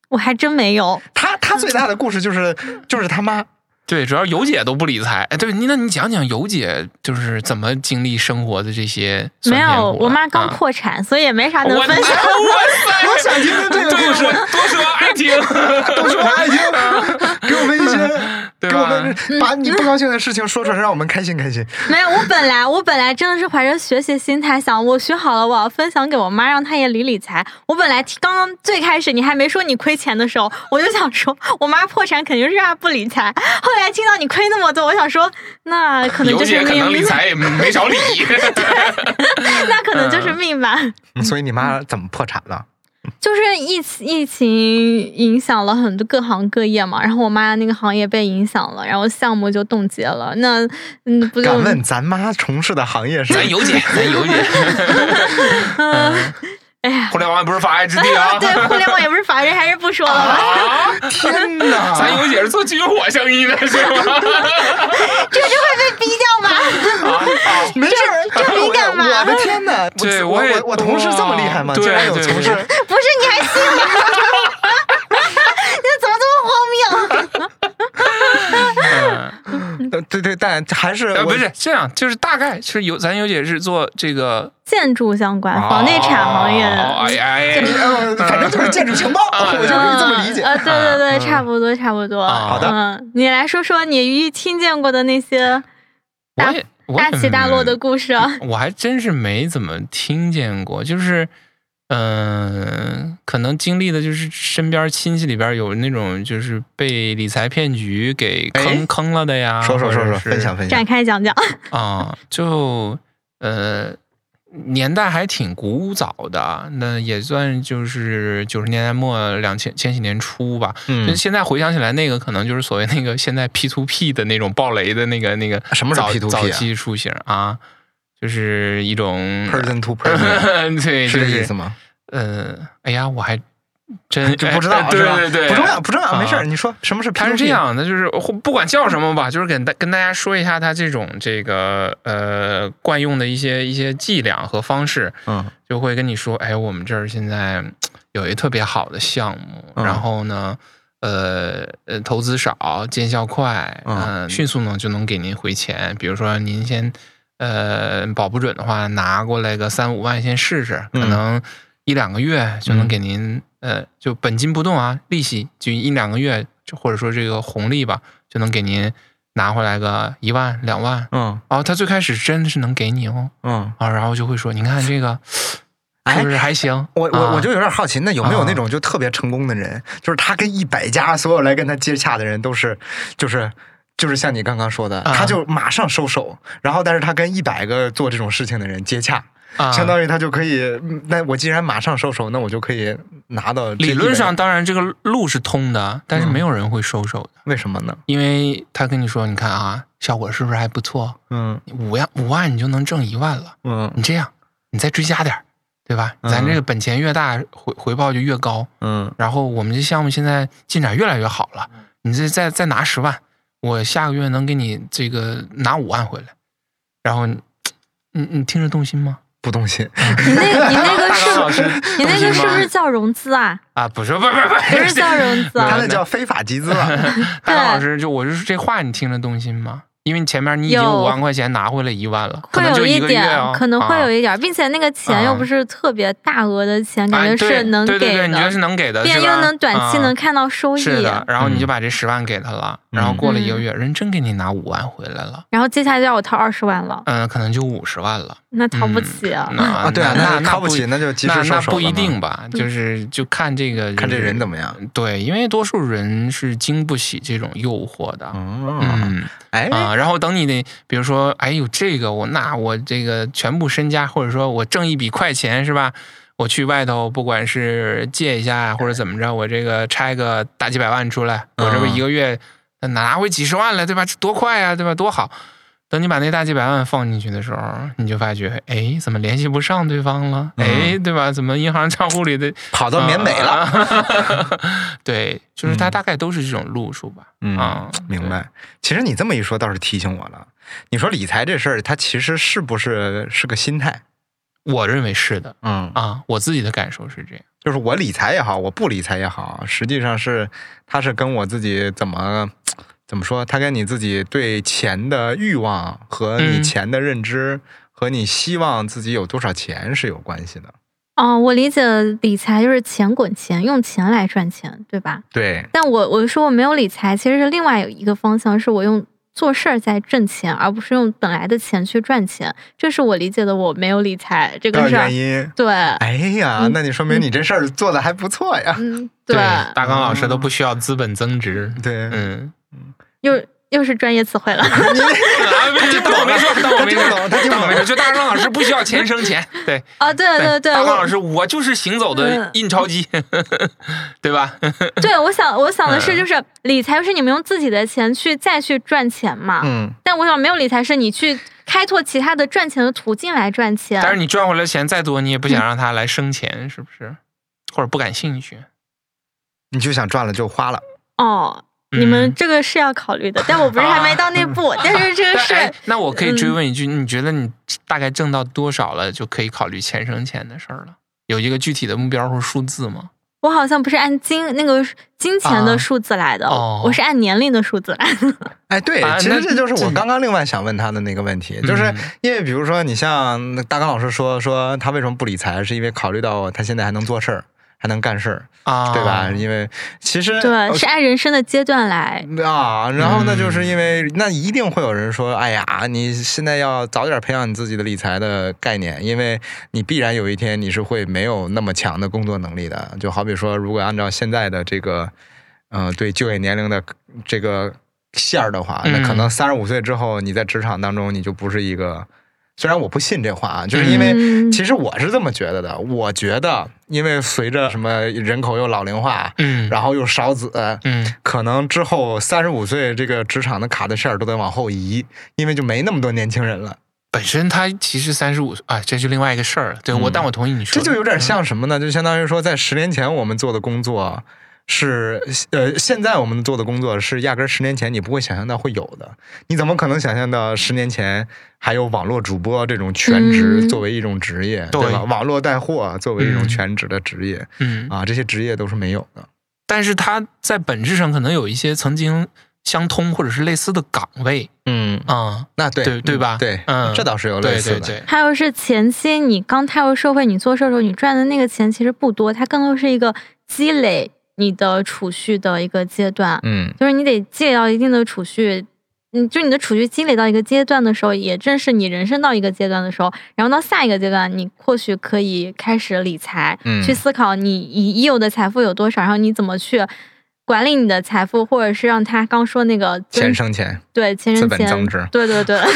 我还真没有。 他他最大的故事就是就是他妈。 对，主要尤姐都不理财。哎，对，你那你讲讲尤姐就是怎么经历生活的这些酸甜苦辣。 没有，我妈刚破产，啊、所以也没啥能分享。 哇塞， 我想听听这个故事， 多说爱听， 多说爱听，给我们一些，给我们把你不高兴的事情说出来，让我们开心开心。 没有，我本来我本来真的是怀着学习心态想，我学好了，我要分享给我妈，让她也理理财。我本来刚刚最开始你还没说你亏钱的时候，我就想说，我妈破产肯定是让她不理财。后来听到你亏那么多，我想说，那可能就是命。 可能理财也没少理。 对，那可能就是命吧。 嗯、所以你妈怎么破产了？ 就是疫疫情影响了很多各行各业嘛，然后我妈那个行业被影响了，然后项目就冻结了。那嗯，不就敢问咱妈从事的行业是？ 咱尤姐，咱尤姐。 嗯。哎呀， 互联网也不是法外之地啊！ 对，互联网也不是法外，还是不说了吧。 啊、天哪！ 咱尤姐是做军火生意的，是吗？ 这就会被逼掉吗？ 啊啊、没事， 这敏感吗？ 我的天哪！ 对， 我我我同事这么厉害吗？居然有同事？ 不是，你还信吗？这怎么这么荒谬？ 嗯，对对，但还是呃不是这样，就是大概是有咱尤姐是做这个建筑相关、房地产行业的， 哦、哎呀， 反正就是建筑情报，我就可以这么理解。 呃，对对对，差不多差不多。 好的， 嗯，你来说说你听见过的那些大大起大落的故事啊？ 我还真是没怎么听见过，就是。嗯、呃，可能经历的就是身边亲戚里边有那种就是被理财骗局给坑坑了的呀。 说说说说，分享分享， 展开讲讲啊，就呃年代还挺古早的，那也算就是九十年代末两千千禧年初吧。嗯，就现在回想起来，那个可能就是所谓那个现在 P to P 的那种暴雷的那个那个什么是 P to P 啊？早期雏形啊。就是一种 person to person， 对， 是这意思吗？ 呃，哎呀，我还真就不知道， 哎、对对对， 不重要，不重要，没事，你说什么是 P to P？ 它是这样的，就是不管叫什么吧，就是跟大跟大家说一下它这种这个呃惯用的一些一些伎俩和方式，嗯，就会跟你说，哎，我们这儿现在有一特别好的项目，嗯、然后呢。呃呃，投资少，见效快，嗯、呃，迅速呢就能给您回钱。比如说您先呃保不准的话，拿过来个三五万先试试，可能一两个月就能给您、嗯、呃就本金不动啊，利息就一两个月，就或者说这个红利吧，就能给您拿回来个一万两万。嗯，然后他最开始真的是能给你哦，嗯啊，然后就会说，您看这个。是不是还行？ 我我我就有点好奇，那有没有那种就特别成功的人，就是他跟一百家所有来跟他接洽的人都是，就是就是像你刚刚说的，他就马上收手，然后但是他跟一百个做这种事情的人接洽，相当于他就可以，那我既然马上收手，那我就可以拿到。 理论上当然这个路是通的，但是没有人会收手的。 为什么呢？ 因为他跟你说，你看啊，效果是不是还不错？嗯，五万五万你就能挣一万了。嗯，你这样，你再追加点。对吧？咱这个本钱越大，回回报就越高。嗯，然后我们这项目现在进展越来越好了，你这再再拿十万，我下个月能给你这个拿五万回来。然后你你你听着动心吗？ 不动心。 你那你那个是你那个是不是叫融资啊？ 啊，不是，不是，不是， 不是叫融资啊， 他那叫非法集资了。 大高老师，就我就是这话，你听着动心吗？因为前面你已经五万块钱拿回来一万了，可能就一个月、哦、 可能会有一点、啊，并且那个钱又不是特别大额的钱，啊、感觉是能给的， 对对对，你觉得是能给的， 便又能短期能看到收益。 是的，然后你就把这十万给他了，嗯、然后过了一个月，人真给你拿五万回来了， 然后接下来就要我掏二十万了， 嗯，可能就五十万了， 那掏不起啊， 嗯、 啊，对啊，那掏不起，那就及时收手了。 那不一定吧，就是就看这个、就是， 看这人怎么样。 对，因为多数人是经不起这种诱惑的， 嗯， 嗯哎啊，然后等你的。比如说，哎呦，这个我那我这个全部身家，或者说我挣一笔快钱是吧？我去外头，不管是借一下或者怎么着，我这个拆个大几百万出来，我这不一个月拿回几十万了，对吧？这多快啊，对吧？多好！等你把那大几百万放进去的时候，你就发觉，哎，怎么联系不上对方了？嗯、哎，对吧？怎么银行账户里的跑到缅北了？ 啊、对，就是它大概都是这种路数吧。 嗯， 啊、 明白。其实你这么一说，倒是提醒我了。你说理财这事儿，它其实是不是是个心态？ 我认为是的， 嗯啊，我自己的感受是这样。 就是我理财也好，我不理财也好，实际上是它是跟我自己怎么怎么说，它跟你自己对钱的欲望和你钱的认知、嗯、和你希望自己有多少钱是有关系的。 哦，我理解理财就是钱滚钱，用钱来赚钱，对吧？ 对。 但我我说我没有理财，其实是另外有一个方向，是我用做事儿在挣钱，而不是用本来的钱去赚钱，这是我理解的我没有理财这个事儿。 原因。 对。 哎呀，嗯、那你说明你这事儿做的还不错呀。 嗯，对。 大刚老师都不需要资本增值。 嗯、对， 嗯嗯。又又是专业词汇了。 你当我没说，当我没说， 他听不懂。 就大刚老师不需要钱生钱。对。 啊，对对对。 大刚老师，我就是行走的印钞机，对吧？ 对，我想我想的是，就是理财是你们用自己的钱去再去赚钱嘛。 嗯。 但我想没有理财是你去开拓其他的赚钱的途径来赚钱。 但是你赚回来的钱再多，你也不想让它来生钱，是不是？或者不感兴趣？ 你就想赚了就花了。 哦。你们这个是要考虑的，但我不是还没到那步，但是这个是、 哎。那我可以追问一句、嗯，你觉得你大概挣到多少了就可以考虑钱生钱的事儿了？有一个具体的目标或数字吗？ 我好像不是按金那个金钱的数字来的，啊哦、我是按年龄的数字来的。 哎，对，其实这就是我刚刚另外想问他的那个问题，就是因为比如说你像大刚老师说说他为什么不理财，是因为考虑到他现在还能做事儿。还能干事儿啊，对吧？因为其实对是按人生的阶段来啊，然后呢，就是因为、嗯、那一定会有人说，哎呀，你现在要早点培养你自己的理财的概念，因为你必然有一天你是会没有那么强的工作能力的。就好比说，如果按照现在的这个，嗯、呃，对就业年龄的这个线儿的话，那可能三十五岁之后，你在职场当中你就不是一个。虽然我不信这话啊，就是因为其实我是这么觉得的。嗯、我觉得，因为随着什么人口又老龄化， 嗯， 然后又少子， 嗯， 可能之后三十五岁这个职场的卡的线都得往后移，因为就没那么多年轻人了。 本身他其实三十五啊，这是另外一个事儿。对我、嗯，但我同意你说， 这就有点像什么呢？就相当于说，在十年前我们做的工作。是呃，现在我们做的工作是压根十年前你不会想象到会有的。你怎么可能想象到十年前还有网络主播这种全职作为一种职业，嗯、对吧？网络带货作为一种全职的职业， 嗯啊，这些职业都是没有的。 但是它在本质上可能有一些曾经相通或者是类似的岗位， 嗯啊、嗯， 那对对对吧？ 对， 嗯， 这倒是有类似的。 对对对， 还有是前期你刚踏入社会，你做事的时候，你赚的那个钱其实不多，它更多是一个积累。你的储蓄的一个阶段， 嗯， 就是你得积累到一定的储蓄，嗯，就你的储蓄积累到一个阶段的时候，也正是你人生到一个阶段的时候，然后到下一个阶段，你或许可以开始理财， 嗯， 去思考你已已有的财富有多少，然后你怎么去管理你的财富，或者是让他刚说那个钱生钱， 对，钱生钱， 资本增值， 对对对。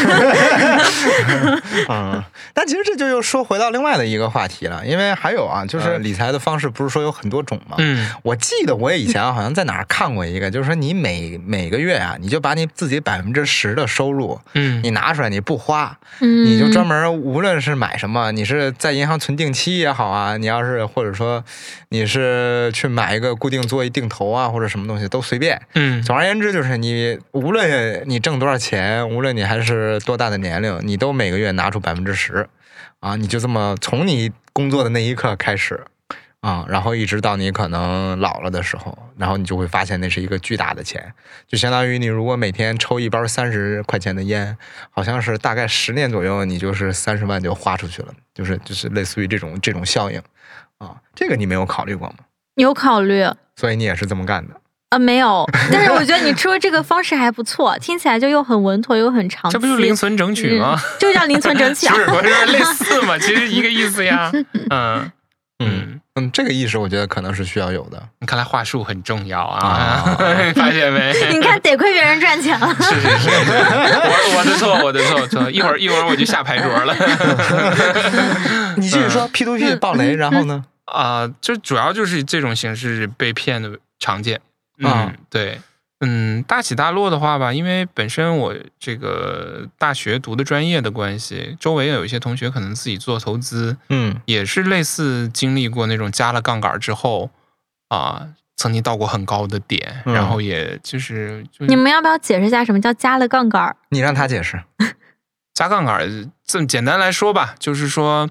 嗯，但其实这就又说回到另外的一个话题了，因为还有啊，就是理财的方式不是说有很多种吗？ 嗯， 我记得我以前好像在哪儿看过一个，就是说你每每个月啊，你就把你自己百分之十的收入， 嗯， 你拿出来你不花， 嗯， 你就专门无论是买什么，你是在银行存定期也好啊，你要是或者说你是去买一个固定做一定投啊，或者什么东西都随便， 嗯， 总而言之就是你无论你挣多少钱，无论你还是多大的年龄，你都每个月拿出百分之十，啊，你就这么从你工作的那一刻开始，啊，然后一直到你可能老了的时候，然后你就会发现那是一个巨大的钱，就相当于你如果每天抽一包三十块钱的烟，好像是大概十年左右，你就是三十万就花出去了，就是就是类似于这种这种效应，啊，这个你没有考虑过吗？ 有考虑， 所以你也是这么干的。 啊，没有，但是我觉得你说这个方式还不错，听起来就又很稳妥又很长期。 这不就是零存整取吗？ 嗯、就叫零存整取啊， 是不是类似嘛？其实一个意思呀。嗯嗯嗯，这个意识我觉得可能是需要有的。 你看来话术很重要啊，啊发现没？ 你看得亏别人赚钱了。 是是是，我我的错，我的错错，一会儿一会儿我就下牌桌了。 你继续说 P to P 爆雷，然后呢？ 啊、呃，就主要就是这种形式被骗的常见。嗯，对，嗯，大起大落的话吧，因为本身我这个大学读的专业的关系，周围有一些同学可能自己做投资， 嗯， 也是类似经历过那种加了杠杆之后啊、呃，曾经到过很高的点， 嗯、 然后也就是、就是、 你们要不要解释一下什么叫加了杠杆？ 你让他解释。 加杠杆这么简单来说吧，就是说，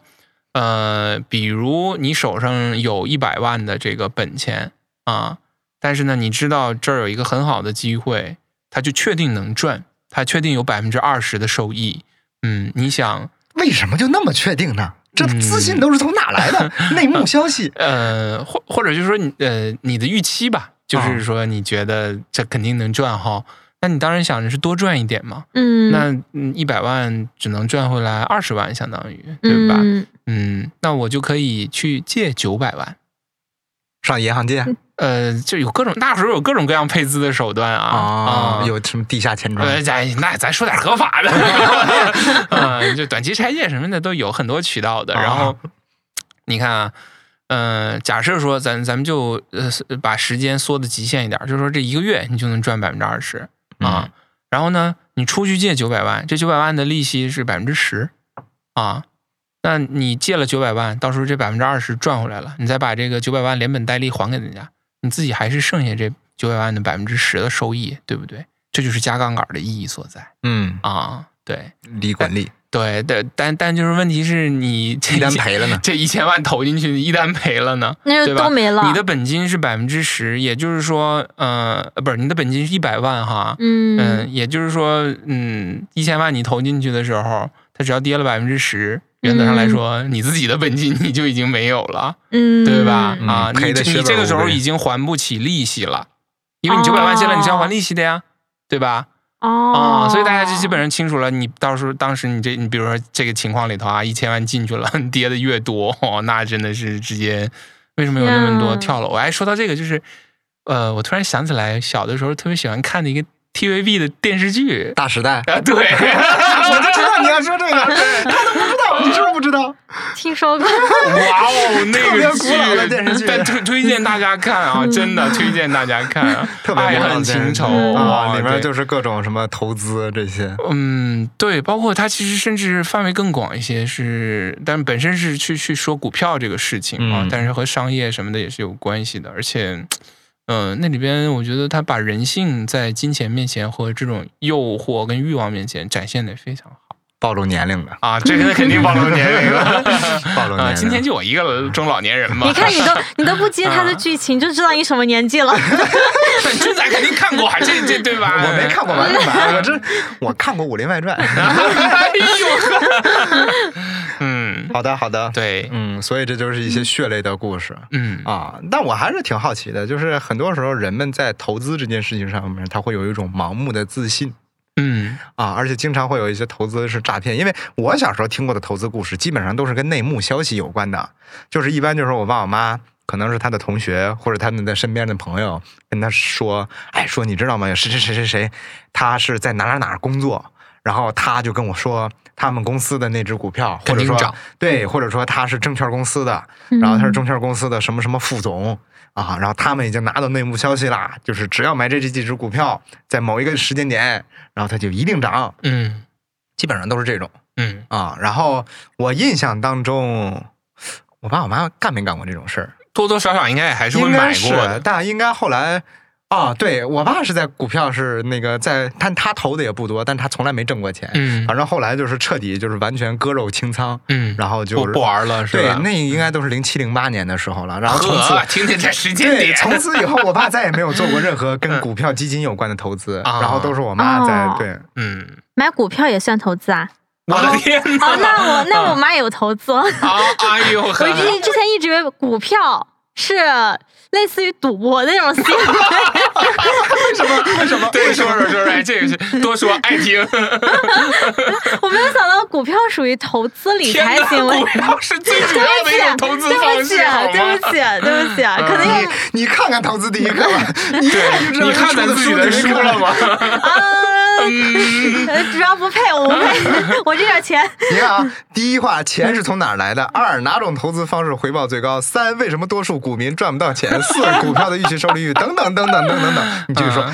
呃，比如你手上有一百万的这个本钱啊，但是呢，你知道这儿有一个很好的机会，它就确定能赚，它确定有百分之二十的收益。嗯，你想为什么就那么确定呢？这资讯都是从哪来的？嗯、内幕消息？ 呃，或或者就是说你呃你的预期吧，就是说你觉得这肯定能赚哈。那你当然想着是多赚一点嘛， 嗯， 那一百万只能赚回来二十万，相当于对吧？嗯, 嗯，那我就可以去借九百万， 上银行借。 呃，就有各种那时候有各种各样配资的手段啊， 啊，有什么地下钱庄？ 呃，咱那咱说点合法的，啊，就短期拆借什么的都有很多渠道的。然后你看啊。嗯、呃，假设说咱咱们就呃把时间缩的极限一点，就是说这一个月你就能赚百分之二十啊、嗯。然后呢，你出去借九百万，这九百万的利息是百分之十啊。那你借了九百万，到时候这百分之二十赚回来了，你再把这个九百万连本带利还给人家，你自己还是剩下这九百万的百分之十的收益，对不对？这就是加杠杆的意义所在。 嗯啊，对， 利滚利。 对对，但但就是问题是你这一旦赔了呢？ 这一千万投进去，一旦赔了呢？ 那就都没了。 你的本金是百分之十，也就是说，呃，不是你的本金是一百万哈， 嗯嗯、呃，也就是说，嗯，一千万你投进去的时候，它只要跌了百分之十，原则上来说，嗯、你自己的本金你就已经没有了， 嗯， 对吧？ 嗯、 啊，你你这个时候已经还不起利息了，因为你九百万借了，你是要还利息的呀，对吧？ 哦、 嗯，所以大家就基本上清楚了。你到时候当时你这你比如说这个情况里头啊，一千万进去了，跌的越多，哦，那真的是直接为什么有那么多跳楼？我还说到这个，就是呃，我突然想起来，小的时候特别喜欢看的一个 T V B 的电视剧《 大时代》 啊，对， 我就知道你要说这个，他都不知道，你是不是不知道？ 听说过。 哇哦，那个特别古老的电视剧， 但推推荐大家看啊，真的推荐大家看啊， 特别爱恨情仇啊，里面就是各种什么投资这些。 嗯，对，包括它其实甚至范围更广一些，是，但本身是去去说股票这个事情啊， 嗯、 但是和商业什么的也是有关系的，而且。嗯、呃，那里边我觉得他把人性在金钱面前和这种诱惑跟欲望面前展现的非常好。 暴露年龄了啊，这个肯定暴露年龄了， 暴露年龄、 啊。今天就我一个中老年人嘛。 你看你都你都不接他的剧情，啊、就知道你什么年纪了。 俊仔肯定看过，这这对吧？ 我没看过《完整版》，我这我看过《武林外传》。 哎呦，嗯， 好的好的， 对， 嗯，所以这就是一些血泪的故事， 嗯啊，但我还是挺好奇的，就是很多时候人们在投资这件事情上面，他会有一种盲目的自信。 嗯啊，而且经常会有一些投资是诈骗，因为我小时候听过的投资故事，基本上都是跟内幕消息有关的，就是一般就是我爸我妈可能是他的同学或者他们的身边的朋友跟他说，哎，说你知道吗？谁谁谁谁谁，他是在哪哪哪工作，然后他就跟我说他们公司的那只股票，或者说对，或者说他是证券公司的，然后他是证券公司的什么什么副总。啊，然后他们已经拿到内幕消息啦，就是只要买这几只股票，在某一个时间点，然后它就一定涨。 嗯， 基本上都是这种。 嗯啊，然后我印象当中，我爸我妈干没干过这种事儿？ 多多少少应该也还是会买过的， 但应该后来。啊，对我爸是在股票是那个在他他投的也不多，但他从来没挣过钱。 嗯， 反正后来就是彻底就是完全割肉清仓。 嗯， 然后就不不玩了，是吧？ 对，那应该都是零七零八年的时候了。然后从此听听这时间点， 从此以后，我爸再也没有做过任何跟股票基金有关的投资， 啊、 然后都是我妈在、 哦、 对， 嗯， 买股票也算投资啊？ 我的天哪！ 哦，那我那我妈也有投资。 啊，哎呦，我之之前一直以为股票是类似于赌博的那种行为。 为什么？为什么？ 对，说说说说，哎，这个是多说爱听。 我没有想到股票属于投资理财行为， 股票是最主要的一种投资方式，好吗？ 对不起，对不起，可能你你看看投资第一课吧，你对，你看咱自己的书了吗？ 啊，主要不配，我不配，我这点钱。 你看啊，第一话，钱是从哪儿来的？二，哪种投资方式回报最高？三，为什么多数股民赚不到钱？四，股票的预期收利率等等等等等等等，你继续说。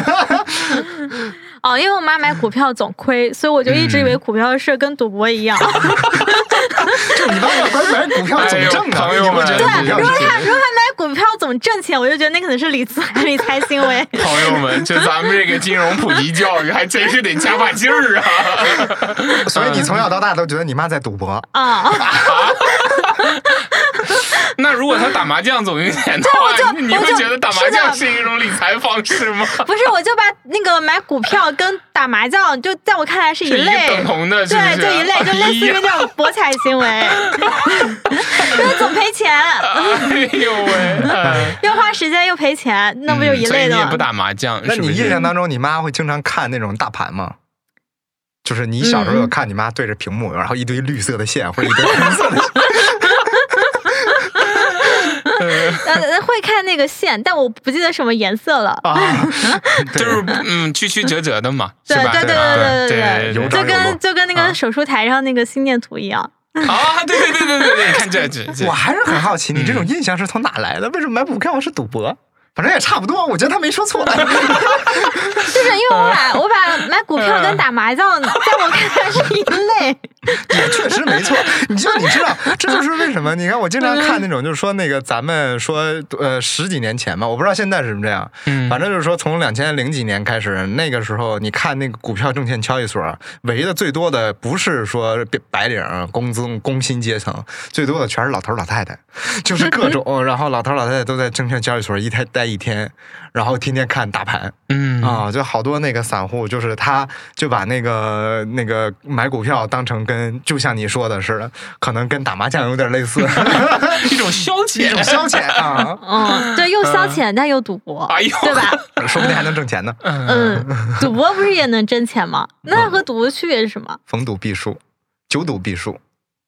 哦，因为我妈买股票总亏，所以我就一直以为股票是跟赌博一样。 就你妈买买股票总挣啊！ 你不觉得对，如果他如果他买股票怎么挣钱，我就觉得那可能是理财理财行为。 朋友们，就咱们这个金融普及教育还真是得加把劲儿啊！ 所以你从小到大都觉得你妈在赌博啊？ 那如果他打麻将总赢钱的话，你会觉得打麻将是一种理财方式吗？ 不是，我就把那个买股票跟打麻将，就在我看来是一类， 是一等同的，是不是？ 对，就一类，就类似于那种博彩行为，就是总赔钱。 哎呦喂！ 又花时间又赔钱，那不就一类的吗？ 所以你也不打麻将？ 那你印象当中，你妈会经常看那种大盘吗？就是你小时候有看你妈对着屏幕，然后一堆绿色的线或者一堆红色的线。 呃，会看那个线，但我不记得什么颜色了。 啊， 就是嗯，曲曲折折的嘛， 对是吧？ 对对对对对，就跟就跟那个手术台上那个心电图一样。 啊，对对对对对对，看这这， 我还是很好奇，你这种印象是从哪来的？为什么买股票是赌博？反正也差不多，我觉得他没说错。 就是因为我把我把买股票跟打麻将，在我看来是一类。 也确实没错，你就你知道，这就是为什么？你看我经常看那种，就是说那个咱们说呃十几年前嘛，我不知道现在是不是这样， 嗯， 反正就是说从两千零几年开始，那个时候你看那个股票证券交易所围的最多的不是说白领工资工薪阶层，最多的全是老头老太太，就是各种，然后老头老太太都在证券交易所一待待一天，然后天天看大盘， 嗯啊，就好多那个散户，就是他就把那个那个买股票当成跟就像你说的似的，可能跟打麻将有点类似， 一种消遣， 一种消遣啊。 嗯，对，又消遣、嗯、但又赌博， 哎呦， 对吧？ 说不定还能挣钱呢。 嗯，赌博不是也能挣钱吗？那和赌博的区别是什么？ 逢赌必输，久赌必输。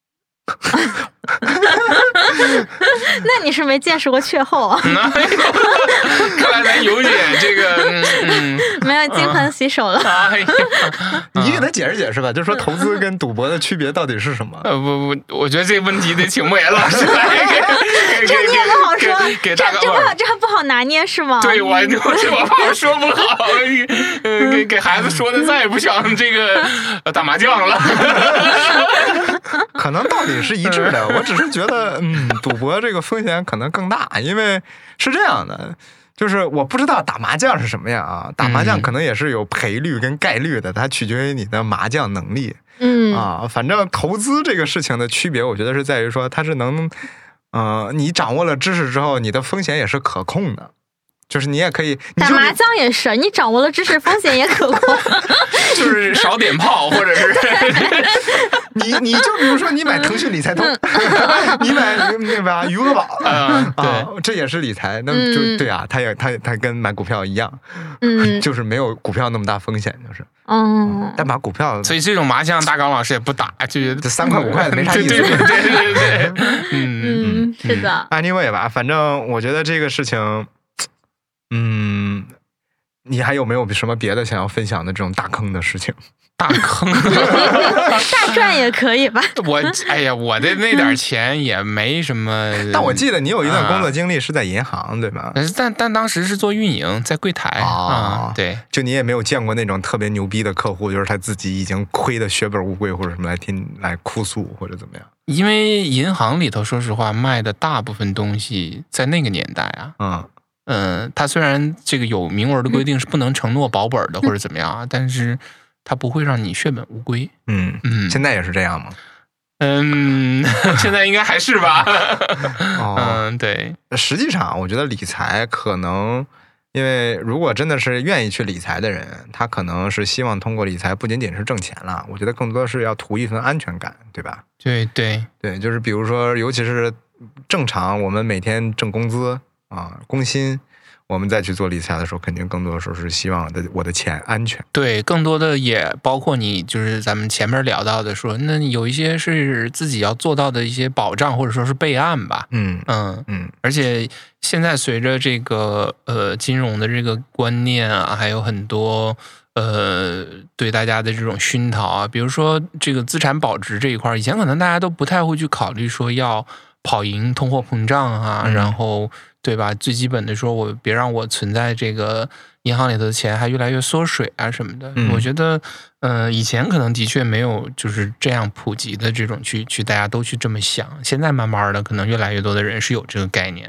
那你是没见识过雀后啊？ 看来咱有点这个，嗯， 没有金盆洗手了。 哎呀， 你给他解释解释吧，就是说投资跟赌博的区别到底是什么？ 呃，不不，我觉得这个问题得请莫言老师来给。 这你也不好说， 给这这不好，这还不好拿捏是吗？ 对，我我我怕说不好，呃，给给孩子说的再也不想这个打麻将了。 可能道理是一致的，我只是觉得，嗯，赌博这个风险可能更大，因为是这样的，就是我不知道打麻将是什么样啊，打麻将可能也是有赔率跟概率的，它取决于你的麻将能力， 嗯啊，反正投资这个事情的区别，我觉得是在于说它是能，呃，你掌握了知识之后，你的风险也是可控的。就是你也可以， 打麻将也是，你掌握了知识，风险也可控。 就是少点炮，或者是你你就比如说你买腾讯理财通，你买那个余额宝， 啊， 啊，这也是理财，那就、嗯、对啊，它也它它跟买股票一样， 嗯， 就是没有股票那么大风险，就是， 嗯， 但把股票， 所以这种麻将大刚老师也不打，就觉得这三块五块没啥意思， 对对对对对， 嗯嗯，是的 ，anyway 吧，反正我觉得这个事情。嗯，你还有没有什么别的想要分享的这种大坑的事情？ 大坑， 大赚也可以吧？ 我哎呀，我的那点钱也没什么。 但我记得你有一段工作经历是在银行，啊、对吧？ 但但当时是做运营，在柜台啊、 哦嗯。对， 就你也没有见过那种特别牛逼的客户，就是他自己已经亏得血本无归，或者什么来听来哭诉或者怎么样？ 因为银行里头，说实话，卖的大部分东西在那个年代啊， 嗯。 嗯，他虽然这个有明文的规定是不能承诺保本的或者怎么样啊，但是他不会让你血本无归。 嗯嗯，现在也是这样吗？ 嗯，现在应该还是吧。 哦、 嗯，对。 实际上，我觉得理财可能，因为如果真的是愿意去理财的人，他可能是希望通过理财不仅仅是挣钱了，我觉得更多是要图一份安全感，对吧？ 对对对，就是比如说，尤其是正常我们每天挣工资。啊，工薪，我们再去做理财的时候，肯定更多的时候是希望的我的钱安全。 对，更多的也包括你，就是咱们前面聊到的说，那有一些是自己要做到的一些保障，或者说是备案吧。 嗯嗯嗯。 而且现在随着这个呃金融的这个观念啊，还有很多呃对大家的这种熏陶啊，比如说这个资产保值这一块，以前可能大家都不太会去考虑说要跑赢通货膨胀啊， 嗯、 然后。对吧？最基本的说，我别让我存在这个银行里头的钱还越来越缩水啊什么的。 嗯、 我觉得，呃，以前可能的确没有就是这样普及的这种去去大家都去这么想。现在慢慢的，可能越来越多的人是有这个概念的。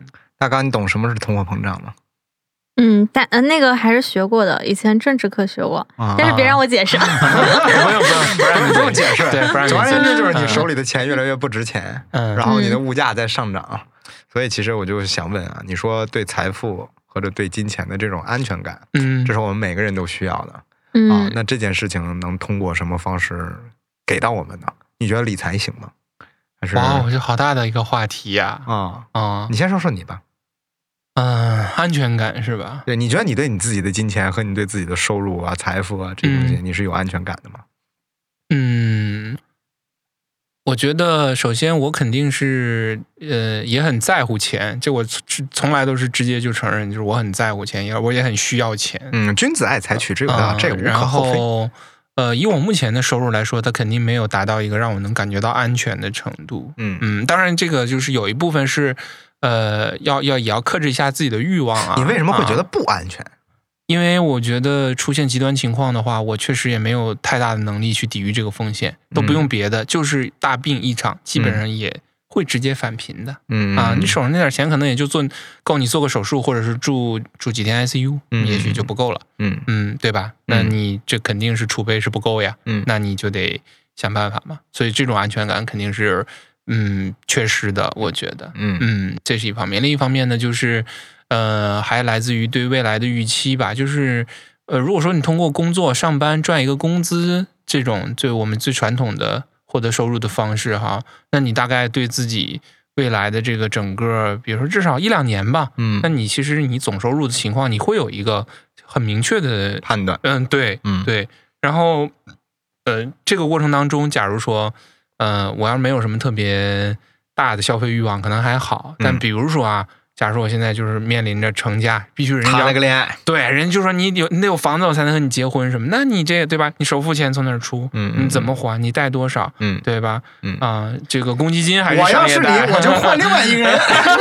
大刚，你懂什么是通货膨胀吗？ 嗯，但呃那个还是学过的，以前政治课学过， 啊、 但是别让我解释。 不用不用不让不用解释， 对，不让总而言之就是你嗯手里的钱越来越不值钱， 嗯然后你的物价在上涨，所以其实我就想问啊，你说对财富或者对金钱的这种安全感， 嗯， 这是我们每个人都需要的、 嗯、 啊。那这件事情能通过什么方式给到我们呢？你觉得理财行吗？还是哇，我觉得好大的一个话题呀！ 啊啊， 你先说说你吧。 嗯，安全感是吧？ 对，你觉得你对你自己的金钱和你对自己的收入啊、财富啊这些东西，你是有安全感的吗？ 嗯，我觉得首先我肯定是呃也很在乎钱，这我从来都是直接就承认，就是我很在乎钱，也我也很需要钱。 嗯，君子爱财，取之有道， 嗯、 这个无可厚非。 然后呃，以我目前的收入来说，它肯定没有达到一个让我能感觉到安全的程度。 嗯嗯，当然这个就是有一部分是呃要要也要克制一下自己的欲望啊。 你为什么会觉得啊不安全？ 因为我觉得出现极端情况的话，我确实也没有太大的能力去抵御这个风险，都不用别的，嗯、就是大病一场，基本上也会直接返贫的。 嗯啊，你手上那点钱可能也就做够你做个手术，或者是住住几天 I C U， 嗯、 也许就不够了。 嗯嗯，对吧？那你这肯定是储备是不够呀。 嗯， 那你就得想办法嘛。所以这种安全感肯定是嗯缺失的，我觉得。 嗯嗯，这是一方面。另一方面呢，就是呃，还来自于对未来的预期吧。就是呃，如果说你通过工作上班赚一个工资，这种最我们最传统的获得收入的方式哈，那你大概对自己未来的这个整个，比如说至少一两年吧， 嗯， 那你其实你总收入的情况，你会有一个很明确的判断。 嗯，对， 嗯对。然后呃，这个过程当中，假如说呃，我要是没有什么特别大的消费欲望，可能还好。但比如说啊。假如说我现在就是面临着成家，必须人家谈了个恋爱， 对，人家就说你有你得有房子我才能和你结婚什么，那你这对吧？你首付钱从哪儿出？ 嗯， 你怎么还？你贷多少？ 嗯， 对吧？ 嗯啊，这个公积金还是我要是你，我就换另外一个人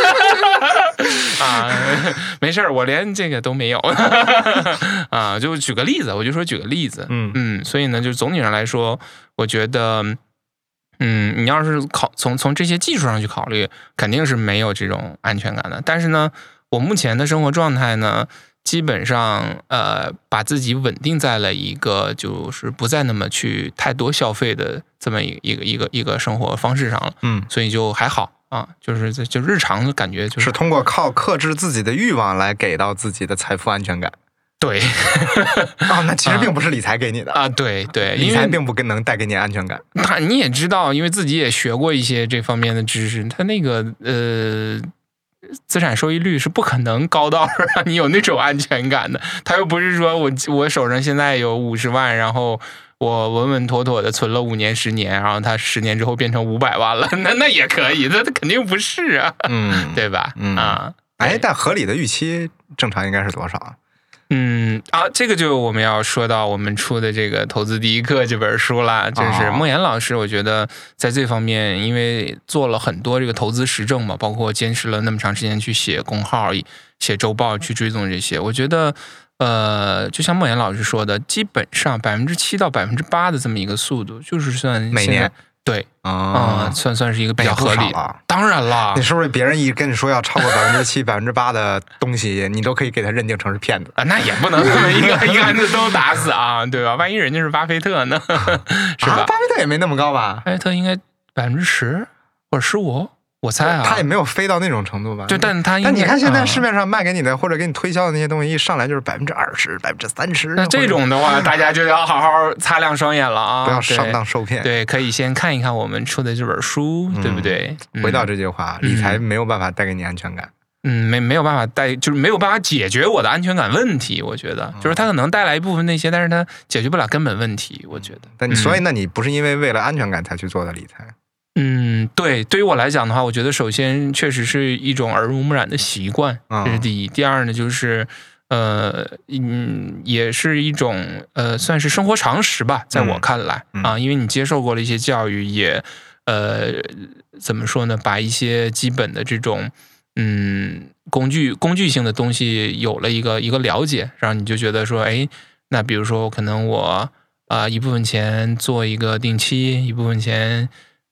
啊，没事儿，我连这个都没有啊。就举个例子，我就说举个例子， 嗯嗯，所以呢，就总体上来说，我觉得。嗯，你要是考从从这些技术上去考虑，肯定是没有这种安全感的。但是呢，我目前的生活状态呢，基本上呃，把自己稳定在了一个就是不再那么去太多消费的这么一一个一个一个生活方式上了。 嗯， 所以就还好啊，就是就日常的感觉就是是通过靠克制自己的欲望来给到自己的财富安全感。 对啊，那其实并不是理财给你的啊，对对， 理财并不跟能带给你安全感。 那你也知道，因为自己也学过一些这方面的知识，它那个呃资产收益率是不可能高到让你有那种安全感的。它又不是说我我手上现在有五十万，然后我稳稳妥妥的存了五年十年，然后它十年之后变成五百万了，那那也可以，那肯定不是啊， 嗯， 对吧？ 嗯啊， 哎，但合理的预期正常应该是多少啊？ 嗯啊，这个就我们要说到我们出的这个《投资第一课》这本书了，就是孟岩老师，我觉得在这方面，因为做了很多这个投资实证嘛，包括坚持了那么长时间去写公号、写周报、去追踪这些，我觉得，呃，就像孟岩老师说的，基本上百分之七到百分之八的这么一个速度，就是算每年。 对啊、 嗯，算算是一个比较合理了。 当然了， 你是不是别人一跟你说要超过百分之七、百分之八的东西，你都可以给他认定成是骗子啊？那也不能一个一个案子都打死啊，对吧？万一人家是巴菲特呢？是吧？ 啊、巴菲特也没那么高吧？ 巴菲特应该百分之十或者十五。我猜啊， 他也没有飞到那种程度吧？ 对，但他但你看现在市面上卖给你的、啊、或者给你推销的那些东西，一上来就是百分之二十、百分之三十。 那这种的话，大家就要好好擦亮双眼了啊！ 不要上当受骗。 对，可以先看一看我们出的这本书，嗯、对不对？ 回到这句话，嗯、理财没有办法带给你安全感。 嗯，没没有办法带，就是没有办法解决我的安全感问题。我觉得，就是它可能带来一部分那些，但是它解决不了根本问题。我觉得。 但你、嗯、所以，那你不是因为为了安全感才去做的理财？ 嗯，对，对于我来讲的话，我觉得首先确实是一种耳濡目染的习惯，这是第一。第二呢，就是呃，嗯，也是一种呃，算是生活常识吧，在我看来、 嗯、 啊，因为你接受过了一些教育，也呃，怎么说呢，把一些基本的这种嗯工具工具性的东西有了一个一个了解，然后你就觉得说，哎，那比如说可能我啊、呃、一部分钱做一个定期，一部分钱。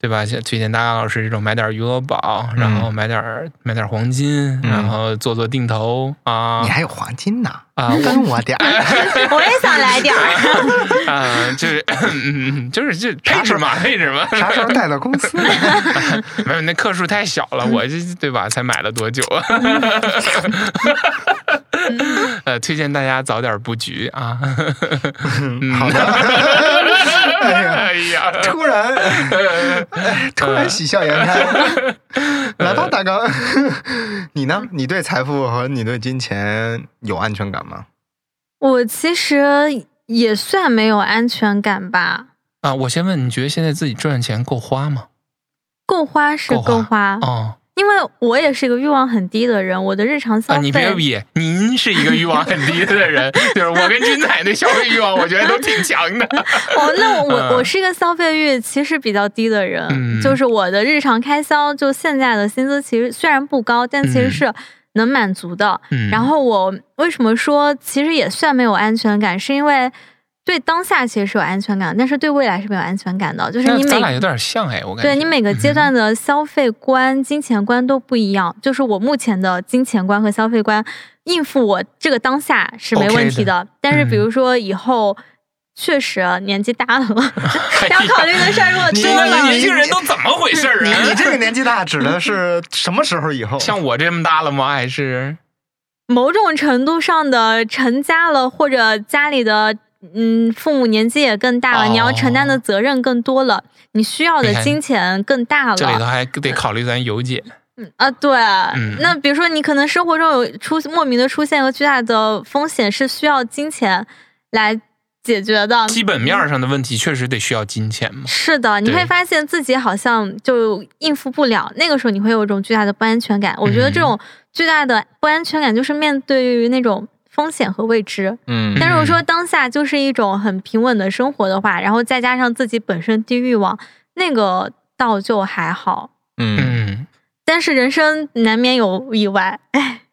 对吧？推荐大家老师这种买点余额宝，然后买点、嗯、买点黄金， 嗯、 然后做做定投啊。 你还有黄金呢啊？ 分我点我也想来点儿啊，就是嗯，就是就配置嘛，配置嘛。 啥时候带到公司？ 没有，那克数太小了，我这对吧？才买了多久啊？呃，推荐大家早点布局啊。 嗯、好的。哎呀，突然，哎、突然喜笑颜开。来吧，大刚，你呢？你对财富和你对金钱有安全感吗？ 我其实也算没有安全感吧。 啊，我先问，你觉得现在自己赚钱够花吗？ 够花是够花， 够花哦。 因为我也是一个欲望很低的人，我的日常消费、啊、 你别比，您是一个欲望很低的人，就是我跟君彩的消费欲望，我觉得都挺强的。 哦，那我、嗯、我是一个消费欲其实比较低的人、嗯，就是我的日常开销，就现在的薪资其实虽然不高，但其实是能满足的。嗯、然后我为什么说其实也算没有安全感，是因为对当下其实是有安全感，但是对未来是没有安全感的。就是你每咱俩有点像哎，我感觉对你每个阶段的消费观、嗯、金钱观都不一样。就是我目前的金钱观和消费观，应付我这个当下是没问题的。Okay、的但是比如说以后。嗯确实年纪大了，要考虑的事儿如果多了， 年轻人都怎么回事啊？ 你你这个年纪大指的是什么时候以后？ 像我这么大了吗？还是某种程度上的成家了，或者家里的嗯父母年纪也更大了、哦，你要承担的责任更多了，你需要的金钱更大了。 这里头还得考虑咱油姐。 嗯啊，对、嗯，那比如说你可能生活中有出莫名的出现一个巨大的风险，是需要金钱来解决的。 基本面上的问题确实得需要金钱嘛。 是的，你会发现自己好像就应付不了，那个时候你会有一种巨大的不安全感。我觉得这种巨大的不安全感就是面对于那种风险和未知。嗯，但如果说当下就是一种很平稳的生活的话，然后再加上自己本身低欲望，那个倒就还好。 嗯， 但是人生难免有意外，哎，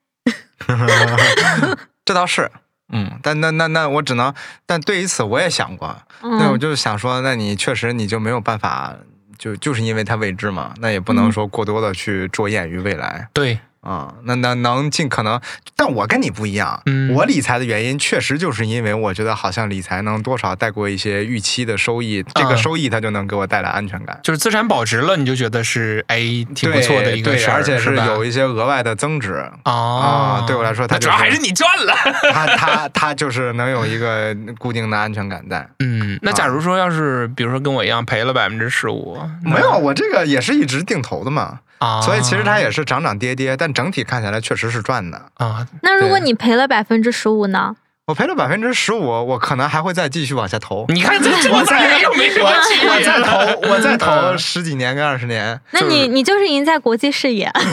这倒是。嗯，但那那那我只能，但对于此我也想过， 嗯、 那我就想说，那你确实你就没有办法，就就是因为它未知嘛，那也不能说过多的去着眼于未来。 对。 啊、嗯，那那能尽可能，但我跟你不一样、嗯，我理财的原因确实就是因为我觉得好像理财能多少带过一些预期的收益，这个收益它就能给我带来安全感， 就是资产保值了，你就觉得是哎挺不错的一个事儿， 而且是有一些额外的增值哦、 啊，对我来说它、就是、 主要还是你赚了， 它它它就是能有一个固定的安全感在。 嗯，那假如说要是比如说跟我一样赔了百分之十五， 没有，我这个也是一直定投的嘛。啊，所以其实它也是涨涨跌跌，但整体看起来确实是赚的啊。 那如果你赔了百分之十五呢？ 我赔了百分之十五，我可能还会再继续往下投。 你看这我再又没什么区别， 我再投，我再投十几年跟二十年。 那你、就是、你就是赢在国际视野。 哎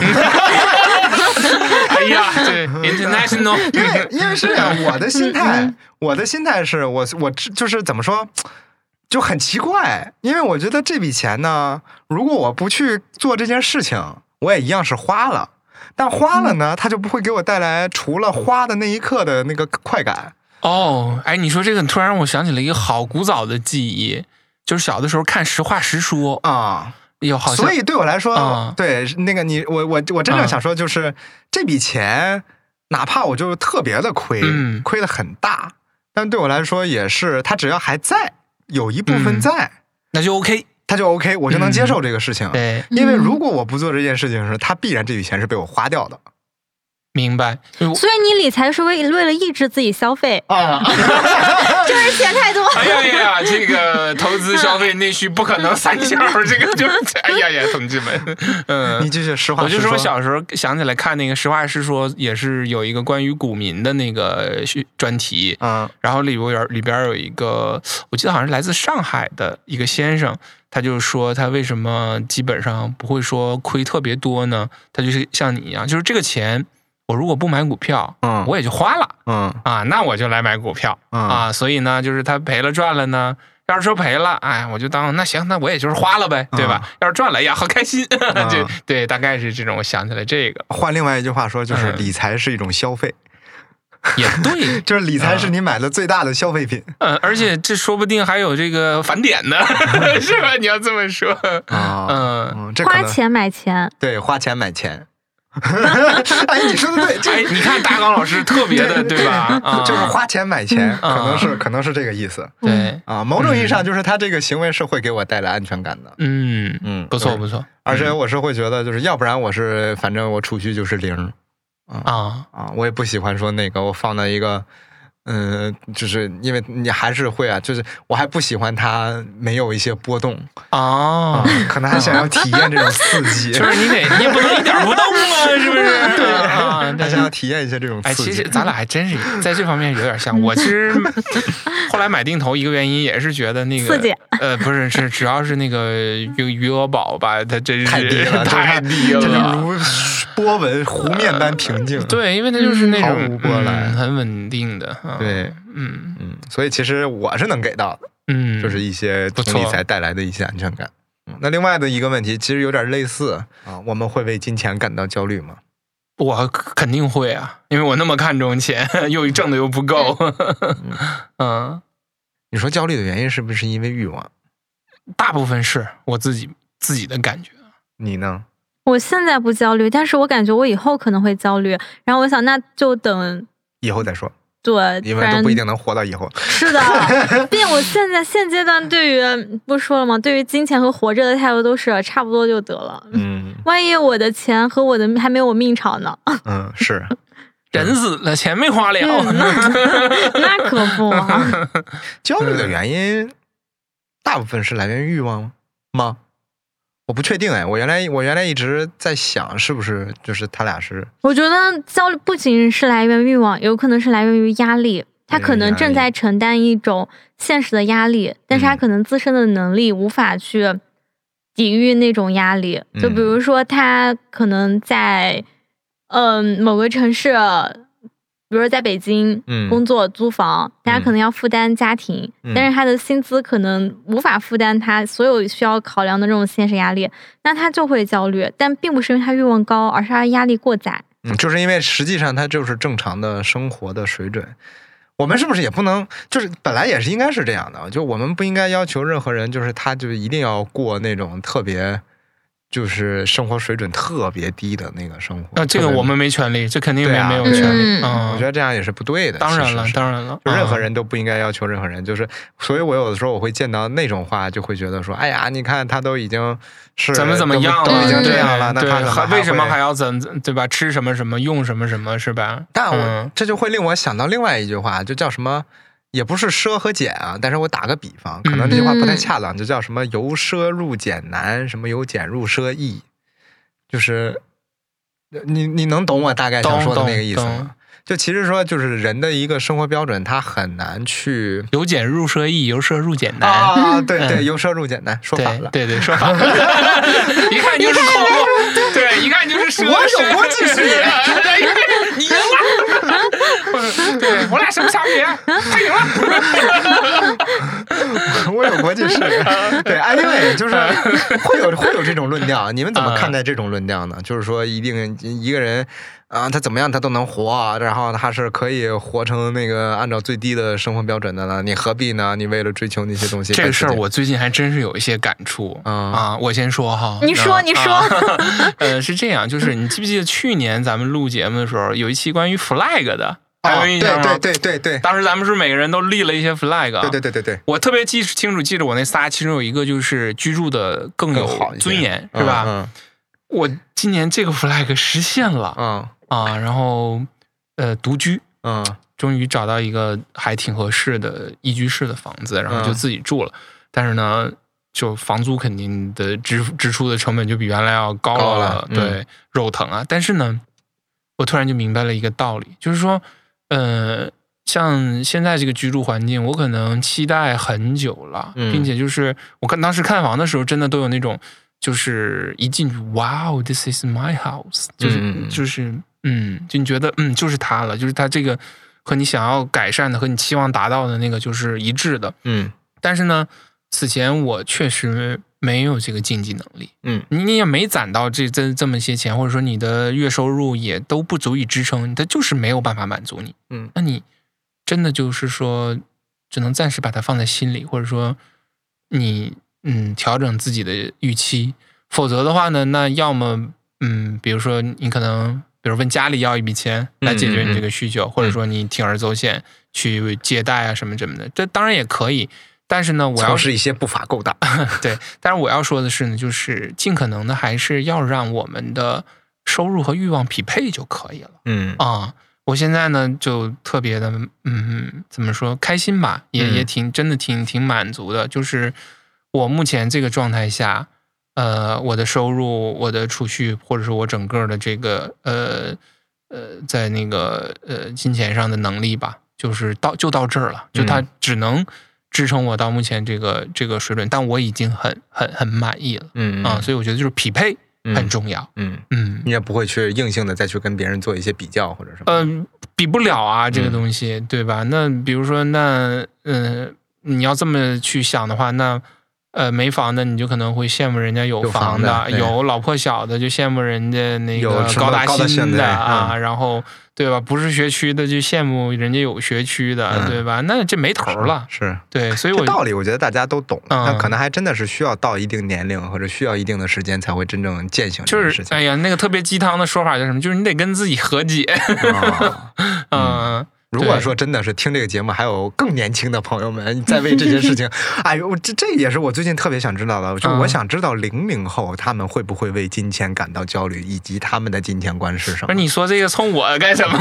呀，对 ，international， 因为因为是这样，我的心态，我的心态是我我就是怎么说？就很奇怪，因为我觉得这笔钱呢，如果我不去做这件事情，我也一样是花了。但花了呢，它就不会给我带来除了花的那一刻的那个快感。 哦，哎，你说这个突然让我想起了一个好古早的记忆，就是小的时候看《实话实说》 啊， 有好像。 所以对我来说， 嗯、 对那个你我我我真正想说就是、嗯、这笔钱，哪怕我就特别的亏， 嗯、 亏得很大，但对我来说也是，它只要还在。有一部分在、嗯， 那就 OK， 他就 OK， 我就能接受这个事情。 嗯、对， 因为如果我不做这件事情时，他必然这笔钱是被我花掉的。 明白。 所以你理财是为为了抑制自己消费啊， 就是钱太多。 哎呀呀，这个投资消费内需不可能三项，这个就是哎呀呀，同志们，嗯， 你继续实话实说。 我就说小时候想起来看那个《实话实说》，也是有一个关于股民的那个专题， 嗯， 然后里边里边有一个，我记得好像是来自上海的一个先生。他就说他为什么基本上不会说亏特别多呢？他就是像你一样，就是这个钱我如果不买股票， 嗯， 我也就花了， 嗯啊，那我就来买股票， 嗯啊，所以呢，就是他赔了赚了呢，要是说赔了，哎，我就当那行，那我也就是花了呗，对吧？ 嗯、 要是赚了，呀，好开心， 嗯、 就对，大概是这种。我想起来这个， 换另外一句话说，就是理财是一种消费。 也对， 就是理财是你买的最大的消费品。 呃，而且这说不定还有这个返点呢，是吧？你要这么说啊， 嗯， 嗯，这可能花钱买钱， 对，花钱买钱。哎，你说的对，这哎，你看大刚老师特别的，对吧？啊就是花钱买钱， 嗯可能是可能是这个意思对， 啊。某种意义上，就是他这个行为是会给我带来安全感的。 嗯嗯， 不错就是不错， 而且我是会觉得，就是要不然我是反正我储蓄就是零啊， 啊，我也不喜欢说那个我放到一个。嗯，就是因为你还是会啊，就是我还不喜欢它没有一些波动哦， 可能还想要体验这种刺激， 就是你得你也不能一点不动啊，是不是？ 对啊， 还想要体验一些这种哎， 刺激。 其实咱俩还真是在这方面有点像。我其实后来买定投一个原因也是觉得那个刺激， 呃，不是是主要是那个余余额宝吧，它真是太低了， 太低就是了。 如波纹湖面般平静。 对，因为它就是那毫种无波澜嗯很稳定的。啊对， 嗯嗯，所以其实我是能给到的， 嗯， 就是一些不错从理财带来的一些安全感。嗯那另外的一个问题其实有点类似啊，我们会为金钱感到焦虑吗？ 我肯定会啊，因为我那么看重钱，又挣的又不够。嗯， 你说焦虑的原因是不是因为欲望？ 大部分是我自己自己的感觉。 你呢？ 我现在不焦虑，但是我感觉我以后可能会焦虑。然后我想，那就等以后再说， 对， 因为都不一定能活到以后。 是的，毕竟我现在现阶段对于不说了吗？对于金钱和活着的态度都是差不多就得了。 嗯万一我的钱和我的还没有我命长呢？ 嗯，是人死了，钱没花了。 嗯、那, 那可不啊！ 焦虑的原因大部分是来源于欲望吗？我不确定哎，我原来我原来一直在想，是不是就是他俩是？ 我觉得焦虑不仅是来源于欲望，有可能是来源于压力。他可能正在承担一种现实的压力，但是他可能自身的能力无法去抵御那种压力。 嗯、 就比如说，他可能在嗯、呃、某个城市。比如说在北京工作租房，大家可能要负担家庭， 嗯、 但是他的薪资可能无法负担他所有需要考量的这种现实压力，那他就会焦虑，但并不是因为他欲望高，而是他压力过载。 嗯，就是因为实际上他就是正常的生活的水准。我们是不是也不能，就是本来也是应该是这样的，就我们不应该要求任何人，就是他就一定要过那种特别。就是生活水准特别低的那个生活， 那、啊、这个我们没权利，这肯定没、啊、没有权利。 嗯， 我觉得这样也是不对的。 当然了，当然了， 就任何人都不应该要求任何人。嗯、就是，所以我有的时候我会见到那种话，就会觉得说，哎呀，你看他都已经是怎么怎么样了， 都已经这样了，那他怎么为什么还要怎对吧？吃什么什么，用什么什么，是吧？ 但我、 嗯、 这就会令我想到另外一句话，就叫什么？也不是奢和俭啊，但是我打个比方，可能这句话不太恰当，嗯、就叫什么由奢入俭难，什么由俭入奢易。就是你你能懂我大概想说的那个意思吗？就其实说，就是人的一个生活标准，他很难去由俭入奢易，由奢入俭难啊！对对，由奢入俭难，说反了， 对对，说反了，一看就是口误，对，一看就是奢。 我有国际视野， 你赢了，对我俩什么差别？他赢了， 我有国际视野。对 ，anyway， 就是会有会有这种论调，你们怎么看待这种论调呢？就是说，一定一个人。啊，他怎么样他都能活，然后他是可以活成那个按照最低的生活标准的呢？你何必呢？你为了追求那些东西， 这个事儿我最近还真是有一些感触、嗯、啊。我先说哈， 你说你说， 啊、呃，是这样，就是你记不记得去年咱们录节目的时候，有一期关于 flag 的，还有印象吗？ 对对对对对， 当时咱们是每个人都立了一些 flag， 对对对对对， 我特别记清楚记着我那仨，其中有一个就是居住的更有尊严，是吧？ 嗯嗯、 我今年这个 flag 实现了， 嗯。 啊，然后，呃，独居， 嗯， 终于找到一个还挺合适的一居室的房子，然后就自己住了。嗯、但是呢，就房租肯定的支支出的成本就比原来要高了， 高了对， 嗯、 肉疼啊。但是呢，我突然就明白了一个道理，就是说，呃，像现在这个居住环境，我可能期待很久了， 嗯、 并且就是我看当时看房的时候，真的都有那种，就是一进去，哇哦 ，this is my house， 就是、 嗯、 就是。嗯，就你觉得嗯，就是它了，就是它这个和你想要改善的和你期望达到的那个就是一致的。 嗯， 但是呢，此前我确实没有这个经济能力， 嗯， 你也没攒到这这这么些钱，或者说你的月收入也都不足以支撑，它就是没有办法满足你， 嗯， 那你真的就是说只能暂时把它放在心里，或者说你嗯调整自己的预期，否则的话呢，那要么嗯，比如说你可能比如问家里要一笔钱来解决你这个需求， 嗯嗯嗯或者说你铤而走险去借贷啊什么什么的，这当然也可以。但是呢，我要从事一些不法勾当。 对，但是我要说的是呢，就是尽可能的还是要让我们的收入和欲望匹配就可以了。 嗯啊，我现在呢就特别的，嗯，怎么说，开心吧，也、 嗯、 也挺真的挺挺满足的。就是我目前这个状态下，呃，我的收入、我的储蓄，或者是我整个的这个呃呃，在那个呃金钱上的能力吧，就是到就到这儿了，就它只能支撑我到目前这个这个水准，但我已经很很很满意了。 嗯啊，所以我觉得就是匹配很重要。 嗯嗯， 你也不会去硬性的再去跟别人做一些比较或者什么。 嗯、呃，比不了啊，这个东西，嗯、对吧？那比如说，那嗯、呃，你要这么去想的话，那呃，没房的你就可能会羡慕人家有房的，有, 有老破小的就羡慕人家那个高大新的啊，嗯、然后对吧？不是学区的就羡慕人家有学区的，嗯、对吧？那这没头了。 是，是对，所以我这道理我觉得大家都懂， 嗯、 但可能还真的是需要到一定年龄或者需要一定的时间才会真正践行这件事情。 就是哎呀，那个特别鸡汤的说法叫什么？就是你得跟自己和解。 哦、 嗯。 如果说真的是听这个节目还有更年轻的朋友们在为这件事情，哎呦，这这也是我最近特别想知道的，就是我想知道零零后他们会不会为金钱感到焦虑，以及他们的金钱观是什么？ 不是你说这个冲我干什么？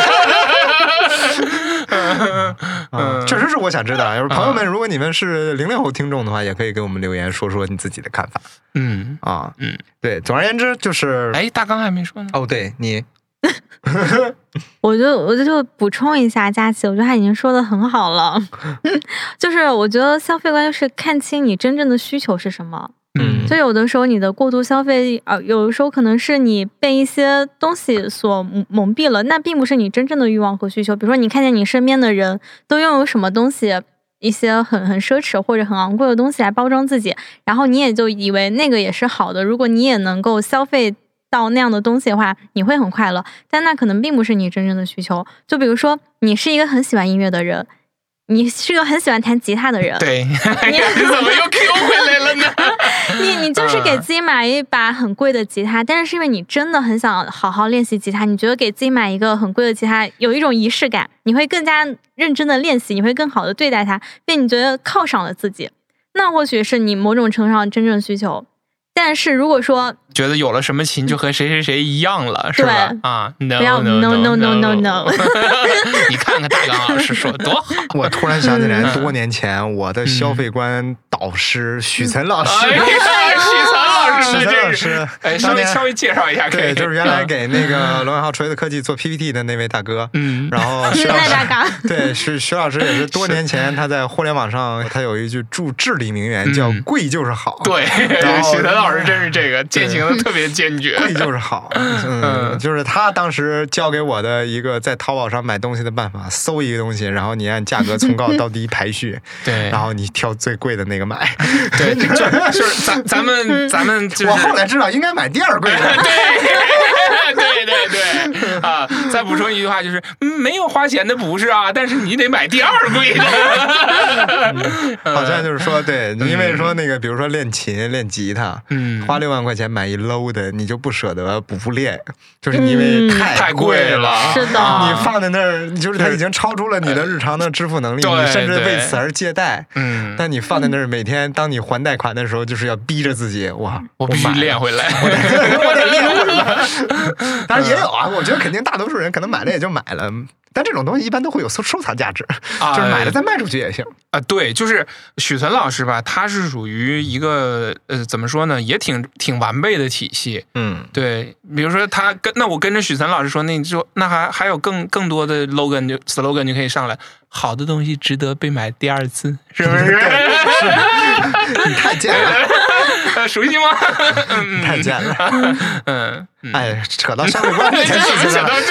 嗯，确实是我想知道。朋友们，如果你们是零零后听众的话，也可以给我们留言说说你自己的看法。 嗯啊， 嗯， 对，总而言之就是， 哎，大纲还没说呢。 哦，对你。 我就我就就补充一下，佳琪，我觉得他已经说的很好了。就是我觉得消费观就是看清你真正的需求是什么。 嗯， 就有的时候你的过度消费，呃，有的时候可能是你被一些东西所蒙蔽了，那并不是你真正的欲望和需求。比如说，你看见你身边的人都拥有什么东西，一些很很奢侈或者很昂贵的东西来包装自己，然后你也就以为那个也是好的。如果你也能够消费到那样的东西的话，你会很快乐，但那可能并不是你真正的需求。就比如说，你是一个很喜欢音乐的人，你是个很喜欢弹吉他的人， 对，你怎么又 Q 回来了呢？ 你你就是给自己买一把很贵的吉他，但是是因为你真的很想好好练习吉他，你觉得给自己买一个很贵的吉他有一种仪式感，你会更加认真的练习，你会更好的对待它，并你觉得犒赏了自己，那或许是你某种程度上真正的需求。但是如果说觉得有了什么琴就和谁谁谁一样了，是吧？啊 ，no 不要 no no no no no no， 你看看大刚老师说多好。 我突然想起来，多年前我的消费观导师许岑老师， 许岑老师， 许岑老师， 哎，稍微稍微介绍一下， 对，就是原来给那个罗永浩锤子科技做 P P T 的那位大哥，嗯，然后徐老师，对，徐徐老师也是多年前他在互联网上，他有一句著至理名言叫“贵就是好”， 对，然后许岑老师真是这个践行的特别坚决， 贵就是好，嗯，就是他当时教给我的一个在淘宝上买东西的办法，搜一个东西，然后你按价格从高到低排序， 对， 然后你挑最贵的那个买， 对，就就是咱咱们咱们，就是， 我后来知道应该买第二贵的， 对对对对啊！再补充一句话，就是没有花钱的不是啊，但是你得买第二贵的， 嗯，好像就是说对，因为说那个比如说练琴练吉他，嗯，花六万块钱买一 low 的，你就不舍得不练，就是因为太太贵了， 是的， 你放在那儿，就是它已经超出了你的日常的支付能力，你甚至为此而借贷，嗯，但你放在那儿，每天当你还贷款的时候，就是要逼着自己，哇， 我必须练回来， 我得我得练回来。当然也有啊，我觉得肯定大多数人可能买了也就买了。但这种东西一般都会有收收藏价值，啊，就是买了再卖出去也行啊。对，就是许岑老师吧，他是属于一个呃，怎么说呢，也挺挺完备的体系。嗯，对，比如说他跟那我跟着许岑老师说，那就那还还有更更多的 slogan 就 slogan 就可以上来，好的东西值得被买第二次，是不是？是你太贱了。 呃，熟悉吗？ 太贱了。嗯，哎，扯到消费观这件事情了。我们本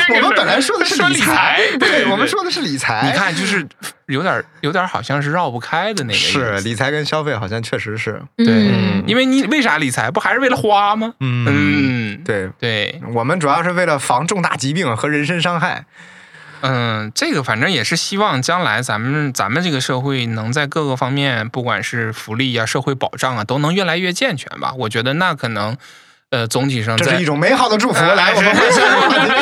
来说的是理财，对，我们说的是理财。 你看，就是有点有点好像是绕不开的那个。 是理财跟消费好像确实是对，嗯、因为你为啥理财？不还是为了花吗？ 嗯嗯， 对对， 我们主要是为了防重大疾病和人身伤害。 嗯，这个反正也是希望将来咱们咱们这个社会能在各个方面，不管是福利啊、社会保障啊，都能越来越健全吧。我觉得那可能，呃，总体上这是一种美好的祝福。 呃、 来，我们回下一个话题。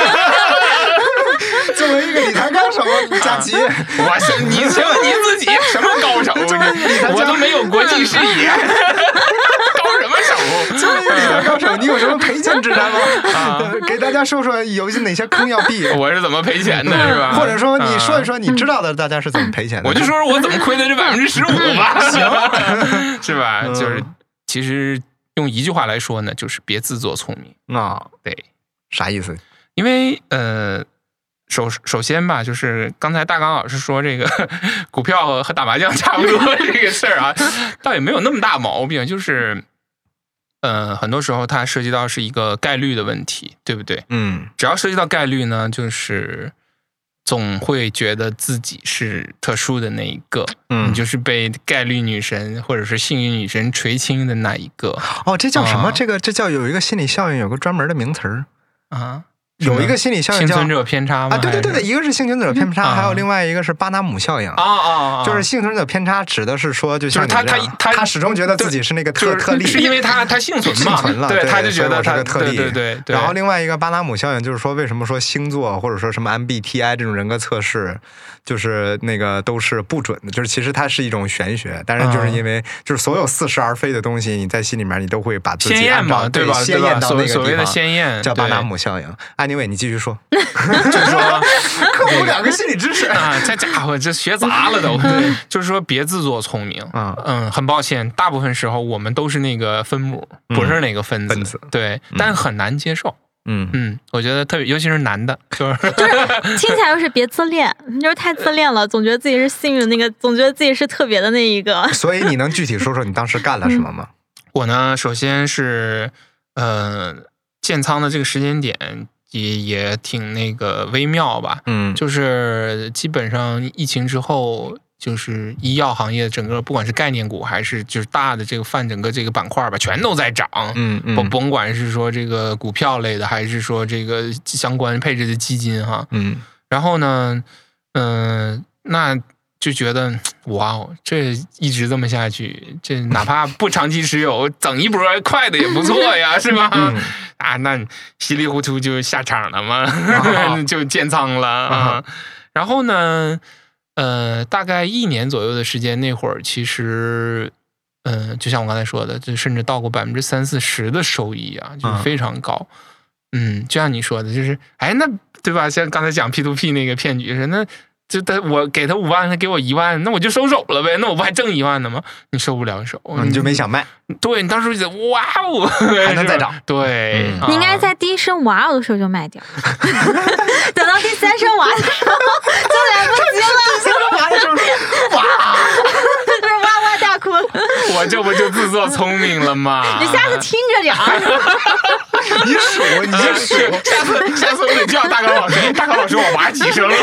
作为一个理财高手，佳琪， 我是你说你自己什么高手？我都没有国际视野。高什么手？ 作为一个理财高手，你有什么赔钱指南吗？啊，给大家说说有哪些坑要避。 我是怎么赔钱的，是吧？ 或者说你说一说你知道的，大家是怎么赔钱的？ 我就说说我怎么亏的这百分之十五吧， 行， 是吧？就是其实用一句话来说呢，就是别自作聪明啊。 对， 啥意思？ 因为呃。首首先吧，就是刚才大刚老师说这个股票和打麻将差不多这个事儿啊，倒也没有那么大毛病，就是呃，很多时候它涉及到是一个概率的问题，对不对？ 嗯， 只要涉及到概率呢，就是总会觉得自己是特殊的那一个，嗯，你就是被概率女神或者是幸运女神垂青的那一个。 哦，这叫什么？啊、这个这叫有一个心理效应，有个专门的名词儿啊。有一个心理效应叫幸存者偏差吗？ 啊，对对对对，一个是幸存者偏差，嗯、还有另外一个是巴纳姆效应啊啊，就是幸存者偏差指的是说，就像他他他他始终觉得自己是那个特特例， 是因为他他幸存嘛， 幸存了， 对，他就觉得他是个特例， 对对对。 然后另外一个巴纳姆效应就是说，为什么说星座或者说什么 M B T I 这种人格测试，就是那个都是不准的，就是其实它是一种玄学，但是就是因为就是所有似是而非的东西，你在心里面你都会把自己按照对吧？ 鲜艳到那个所谓的鲜艳叫巴纳姆效应。anyway， 你继续说。就是说，科普两个心理知识啊，这家伙这学杂了都。就是说，别自作聪明啊。嗯，很抱歉，大部分时候我们都是那个分母，不是那个分子。 分子对，但很难接受。嗯嗯，我觉得特别，尤其是男的，就是就是听起来就是别自恋，就是太自恋了，总觉得自己是幸运的那个，总觉得自己是特别的那一个。 所以你能具体说说你当时干了什么吗？ 我呢，首先是呃建仓的这个时间点。也也挺那个微妙吧，嗯，就是基本上疫情之后，就是医药行业整个不管是概念股还是就是大的这个泛整个这个板块吧，全都在涨，嗯嗯，甭甭管是说这个股票类的，还是说这个相关配置的基金哈，嗯，然后呢，嗯、呃，那就觉得哇哦，这一直这么下去，这哪怕不长期持有，整一波快的也不错呀，是吧？嗯啊，那稀里糊涂就下场了嘛，啊、就建仓了啊。然后呢，呃，大概一年左右的时间，那会儿其实，嗯、呃，就像我刚才说的，就甚至到过百分之三四十的收益啊，就非常高。嗯，就像你说的，就是哎，那对吧？像刚才讲 P to P 那个骗局是那。就他我给他五万，他给我一万，那我就收手了呗，那我不还挣一万呢吗？你收不了手， 嗯、你就没想卖。 对，你当时就觉得哇哦， 还能再涨。 对、 嗯，你应该在第一声哇哦的时候就卖掉，等到第三声哇的时候就来不及了。 第三声哇的时候，哇， 就是哇哇大哭。 我这不就自作聪明了吗？ 你下次听着点儿。 你数，你就数， 下次下次我得叫大高老师，大高老师我哇几声了。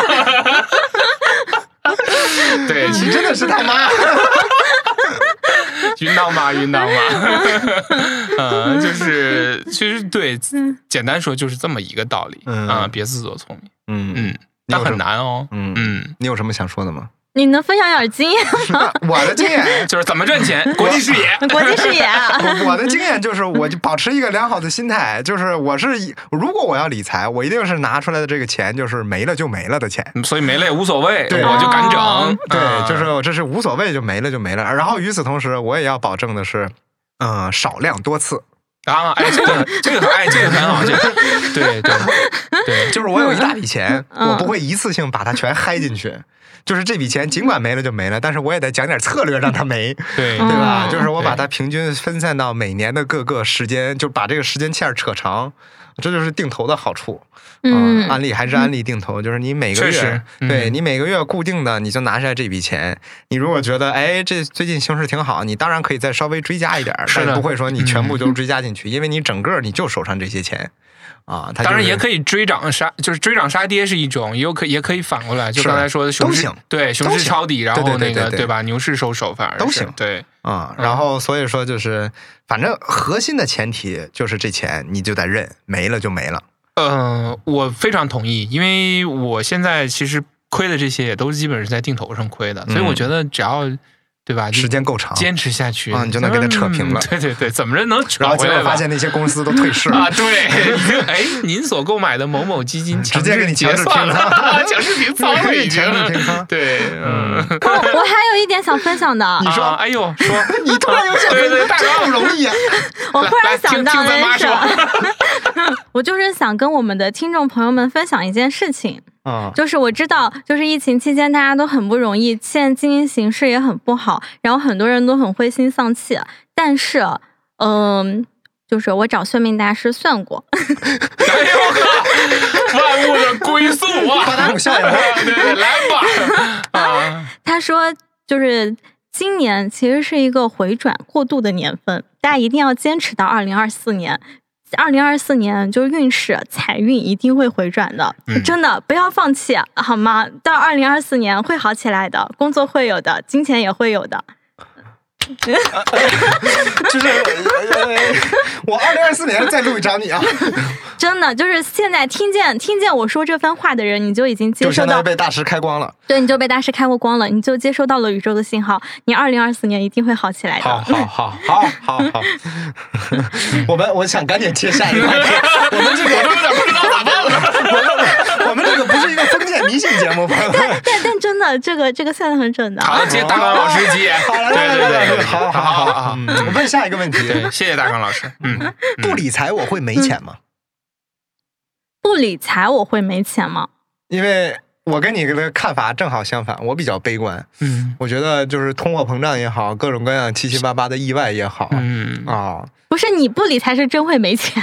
对， 你真的是他妈， 晕当妈，晕当妈，呃，就是其实对，简单说就是这么一个道理啊、呃，别自作聪明，嗯嗯，但很难哦，嗯嗯，你有什么想说的吗？ 你能分享点经验吗？ 我的经验就是怎么赚钱，国际视野， 国际视野。 我的经验就是，我就保持一个良好的心态，就是我是如果我要理财，我一定是拿出来的这个钱就是没了就没了的钱， 所以没了也无所谓， 对， 我就敢整。 对，就是我这是无所谓，就没了就没了。然后与此同时，我也要保证的是，嗯、呃，少量多次。 啊，哎，这个这个，哎，这个很好，这个，对对对， 就是我有一大笔钱，我不会一次性把它全嗨进去。就是这笔钱尽管没了就没了，但是我也得讲点策略让它没， 对对吧？就是我把它平均分散到每年的各个时间，就把这个时间线扯长，这就是定投的好处。嗯，呃、案例还是案例定投，就是你每个月，嗯、对你每个月固定的，你就拿下这笔钱。你如果觉得哎这最近形势挺好，你当然可以再稍微追加一点，但不会说你全部都追加进去，嗯、因为你整个你就手上这些钱。 啊，它、就是、 当然也可以追涨杀，就是追涨杀跌是一种，也有可也可以反过来，就刚才说的熊市，对熊市抄底，然后那个对, 对, 对, 对, 对, 对吧？牛市收手反而都行， 对啊、嗯。然后所以说就是，反正核心的前提就是这钱你就得认，没了就没了。 嗯、呃，我非常同意，因为我现在其实亏的这些也都基本是在定投上亏的，所以我觉得只要。对吧？ 时间够长， 坚持下去啊，你就能给它扯平了。 嗯、对对对，怎么着能扯回来？ 然后结果发现那些公司都退市了啊！对，已经哎，您所购买的某某基金直接给你结算了，强制平仓了，已经。对，嗯。 我我还有一点想分享的。 你说， 啊、哎呦，说你突然有想分享，真不容易啊！ 我忽然想到了一件事，我就是想跟我们的听众朋友们分享一件事情。 嗯、 就是我知道，就是疫情期间大家都很不容易，现在经营形势也很不好，然后很多人都很灰心丧气。但是，嗯、呃，就是我找算命大师算过， 哎呦靠，万物的归宿啊！ 巴达姆效应， 对对，来吧。啊， 他说就是今年其实是一个回转过渡的年份，大家一定要坚持到二零二四年。二零二四年就是运势财运一定会回转的、嗯、真的不要放弃好吗？到二零二四年会好起来的，工作会有的，金钱也会有的。 就是、呃、我二零二四年再录一找你啊！ 真的就是现在听见听见我说这番话的人，你就已经接收到， 就相当于被大师开光了。 对，你就被大师开过光了，你就接收到了宇宙的信号，你二零二四年一定会好起来的。 好好好好好好，我们我想赶紧接下一个话题。我们这个我都有点不知道咋办了。我们这个不是一个封建迷信节目，朋友们。 但但但真的，这个这个算的很准的。 好，接大刚老师接。 好了，对对对对，好好好好。嗯，我问下一个问题。 对，谢谢大刚老师。嗯， 不理财我会没钱吗？ 不理财我会没钱吗？ 因为我跟你的看法正好相反，我比较悲观。嗯，我觉得就是通货膨胀也好，各种各样七七八八的意外也好，嗯啊、哦， 不是你不理财是真会没钱。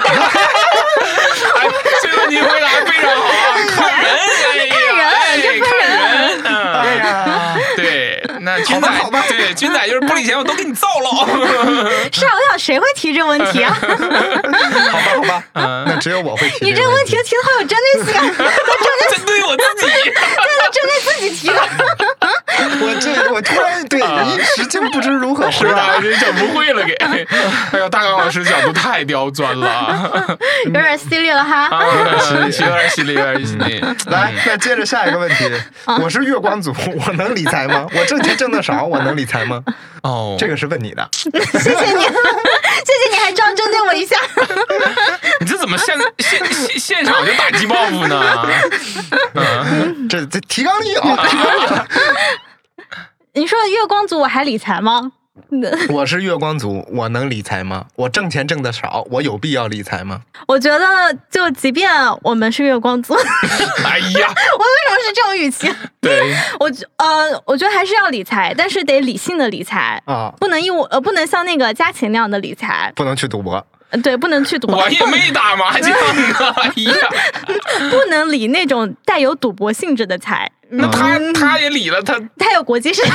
哎，这个你回答非常好啊，看人，哎呀， 这分人， 哎呀，对，那军仔，对，军仔就是不理钱我都给你造了。 是啊，我想谁会提这问题啊？ 好吧，好吧，嗯，那只有我会提。 你这个问题提的好有针对性啊， 针对我自己， 对的，针对自己提的。 我这我突然对一时竟不知如何回答， 人整不会了给。哎呦，大刚老师角度太刁钻了， 有点犀利了哈。 啊，有点犀利，有点犀利，有点犀利。 来，那接着下一个问题，我是月光族，我能理财吗？我挣钱挣得少，我能理财吗？哦，这个是问你的。 谢谢你，谢谢你还这样针对我一下。 你这怎么现现现现场就打击报复呢？ 嗯，这这提纲里有，提纲里有。 你说月光族我还理财吗？ 我是月光族，我能理财吗？我挣钱挣得少，我有必要理财吗？ 我觉得，就即便我们是月光族， 哎呀，我为什么是这种语气？ 对， 我呃，我觉得还是要理财，但是得理性的理财啊，不能一我呃，不能像那个家禽那样的理财， 不能去赌博。 对，不能去赌博。 我也没打麻将啊！哎呀， 不能理那种带有赌博性质的财。 那他他也理了，他他有国际视野。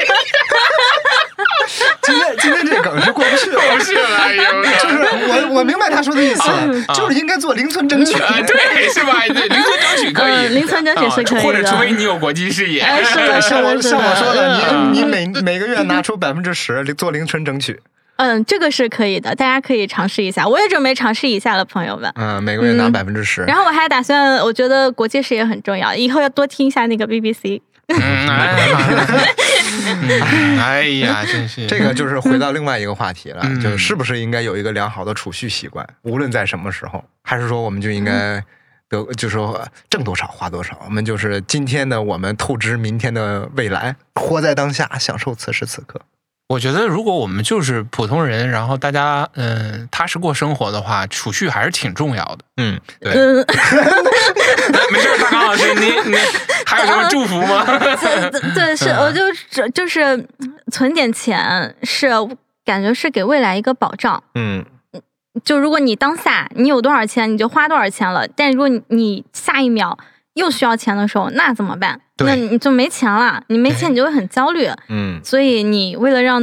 今天今天这梗是过不去了， 过不去了。哎呦， 就是我我明白他说的意思，就是应该做零存争取， 对，是吧？对，零存争取可以， 零存争取是可以的， 或者除非你有国际视野。 是的，是的， 像我说的，你你每每个月拿出百分之十做零存争取。 嗯，这个是可以的，大家可以尝试一下，我也准备尝试一下了，朋友们。 嗯，每个月拿百分之十。 然后我还打算，我觉得国际视野很重要，以后要多听一下那个 B B C。 嗯，哎呀，真是这个就是回到另外一个话题了，嗯、就是不是应该有一个良好的储蓄习惯，无论在什么时候，还是说我们就应该得，就是说挣多少花多少，我们就是今天的我们透支明天的未来，活在当下，享受此时此刻。 我觉得，如果我们就是普通人，然后大家嗯踏实过生活的话，储蓄还是挺重要的。嗯，对。嗯、没事，大刚老师，你你还有什么祝福吗？ 对，是，我就就是存点钱，是感觉是给未来一个保障。嗯，就如果你当下你有多少钱，你就花多少钱了，但如果你你下一秒又需要钱的时候，那怎么办？那你就没钱了，你没钱你就会很焦虑，嗯，所以你为了让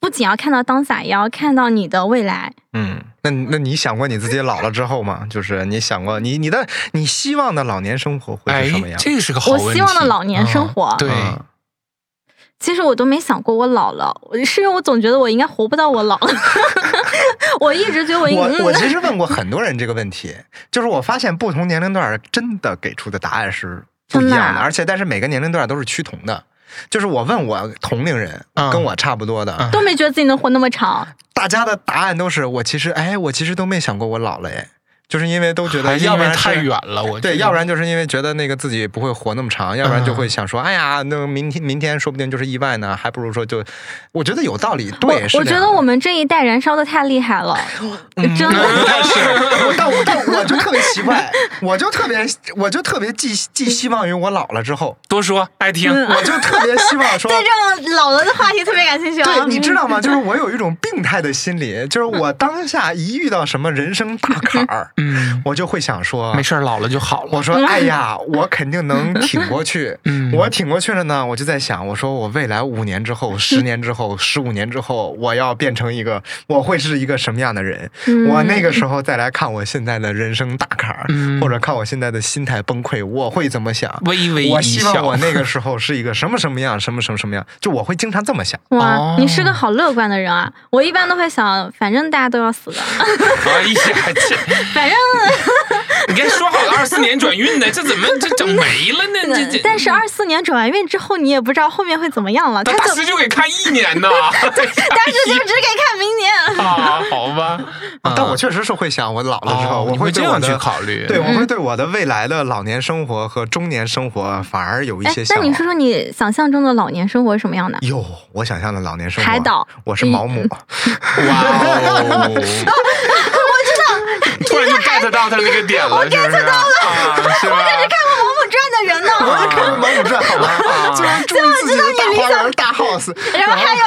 不仅要看到当下，也要看到你的未来。 嗯，那那你想过你自己老了之后吗？就是你想过你你的你希望的老年生活会是什么样？ 哎、这个是个好问题。 我希望的老年生活， 嗯、对。 嗯其实我都没想过我老了，是因为我总觉得我应该活不到我老了。我一直觉得我应我我其实问过很多人这个问题，就是我发现不同年龄段真的给出的答案是不一样的，而且但是每个年龄段都是趋同的。就是我问我同龄人，嗯、跟我差不多的、 嗯，都没觉得自己能活那么长， 大家的答案都是我其实哎，我其实都没想过我老了哎。就是因为都觉得， 要不然太远了，我对，要不然就是因为觉得那个自己不会活那么长，要不然就会想说，哎呀，那明天明天说不定就是意外呢，还不如说就，我觉得有道理，对， 我, 我觉得我们这一代燃烧的太厉害了， 嗯、 真的。 但是，我但我但我就特别奇怪，我就特别我就特别寄寄希望于我老了之后多说爱听， 嗯、我就特别希望说对这种老了的话题特别感兴趣。 对，你知道吗？就是我有一种病态的心理，就是我当下一遇到什么人生大坎儿，嗯，我就会。想说没事，老了就好了。 我说，哎呀，我肯定能挺过去。嗯、我挺过去了呢，我就在想，我说我未来五年之后、十年之后、十五年之后，我要变成一个，我会是一个什么样的人？嗯、我那个时候再来看我现在的人生大坎儿，嗯、或者看我现在的心态崩溃，我会怎么想？ 微微一笑。 我希望我那个时候是一个什么什么样，什么什么什么样，就我会经常这么想。 哇，哦、你是个好乐观的人啊！我一般都会想，反正大家都要死的。 哎呀，这反正。 你该说好了二四年转运的，这怎么这整没了呢？这这但是二四年转完运之后，你也不知道后面会怎么样了。 他大师就给看一年呢， 大师就只给看明年啊，好吧。 啊、但我确实是会想，我老了之后， 哦、 我会这样去考虑。 对，我会对我的未来的老年生活和中年生活反而有一些向往。 那你说说你想象中的老年生活是什么样的？ 哟，我想象的老年生活， 海岛， 我是毛姆。 嗯、哇哦！突然就 get 到他那个点了， 我 get 到了， 啊、是吧？ 我可是看过《毛姆传》的人呢。 我是看过《毛姆传》，好吗？就是住自己的大花园、大 house， 然后还有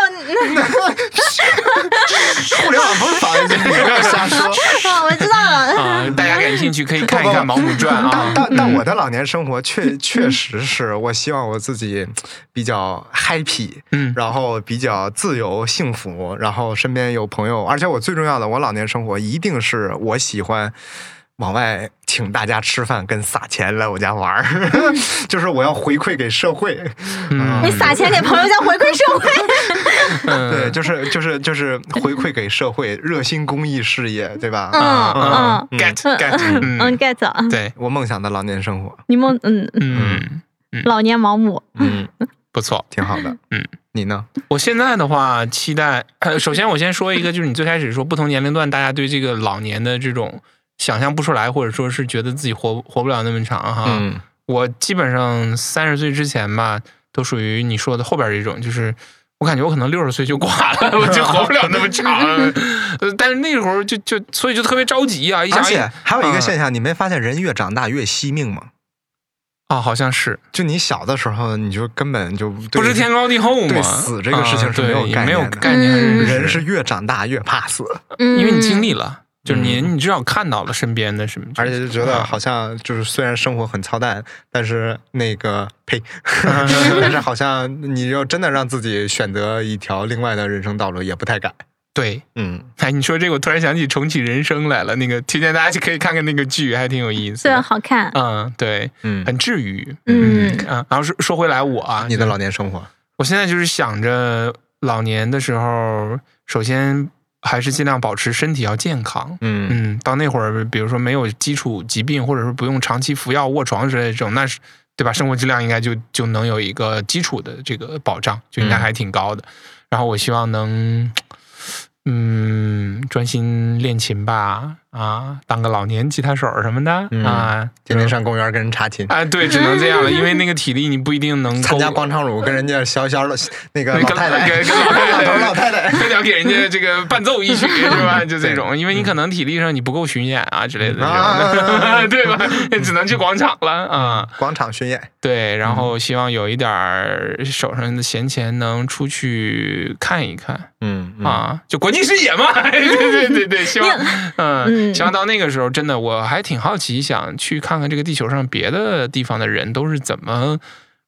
互联网不是法律，你不要瞎说。 啊，我知道了。 啊，大家感兴趣可以看一看《毛姆传》啊。 但但但我的老年生活确确实是我希望我自己比较 happy，嗯，然后比较自由幸福，然后身边有朋友，而且我最重要的，我老年生活一定是我喜欢往外请大家吃饭跟撒钱来我家玩儿，就是我要回馈给社会。 嗯、你撒钱给朋友叫回馈社会？ 对，就是就是就是回馈给社会，热心公益事业，对吧？ 嗯嗯 ，get get， 嗯 get， 对我梦想的老年生活， 你梦嗯嗯老年毛姆， 嗯， 不错， 挺好的， 嗯。 你呢？ 我现在的话，期待呃，首先我先说一个，就是你最开始说不同年龄段，大家对这个老年的这种想象不出来，或者说是觉得自己活活不了那么长哈。嗯，我基本上三十岁之前吧，都属于你说的后边这种，就是我感觉我可能六十岁就挂了，我就活不了那么长。呃，但是那时候就就所以就特别着急啊！一想， 而且还有一个现象，嗯、你没发现人越长大越惜命吗？ 啊、哦，好像是。 就你小的时候，你就根本就不知天高地厚嘛， 对死这个事情是没有概念的。 啊、没有概念、嗯， 人是越长大越怕死， 嗯、因为你经历了，就是你、嗯、你至少看到了身边的什么， 而且就觉得好像就是虽然生活很操蛋，但是那个呸，但是好像你要真的让自己选择一条另外的人生道路，也不太敢。 对， 嗯， 哎，你说这个，我突然想起《重启人生》来了，那个推荐大家可以看看那个剧，还挺有意思的， 对，好看， 嗯，对，嗯，很治愈， 嗯啊，然后说说回来我啊， 你的老年生活， 我现在就是想着老年的时候，首先还是尽量保持身体要健康，嗯嗯，到那会儿，比如说没有基础疾病，或者是不用长期服药、卧床之类的这种，那是对吧？生活质量应该就就能有一个基础的这个保障，就应该还挺高的。嗯、然后我希望能。嗯，专心练琴吧，啊，当个老年吉他手什么的、嗯、啊， 天天上公园跟人插琴啊，对，只能这样了，因为那个体力你不一定能参加广场舞，跟人家小小那个老太太，跟老太太，老太太， 非得要给人家这个伴奏一曲是吧？就这种，因为你可能体力上你不够巡演啊之类的，啊、对吧？只能去广场了啊， 广场巡演。 对，然后希望有一点手上的闲钱能出去看一看，嗯, 嗯啊，就国际视野嘛，对对对对，希望嗯，希望到那个时候，真的我还挺好奇，想去看看这个地球上别的地方的人都是怎么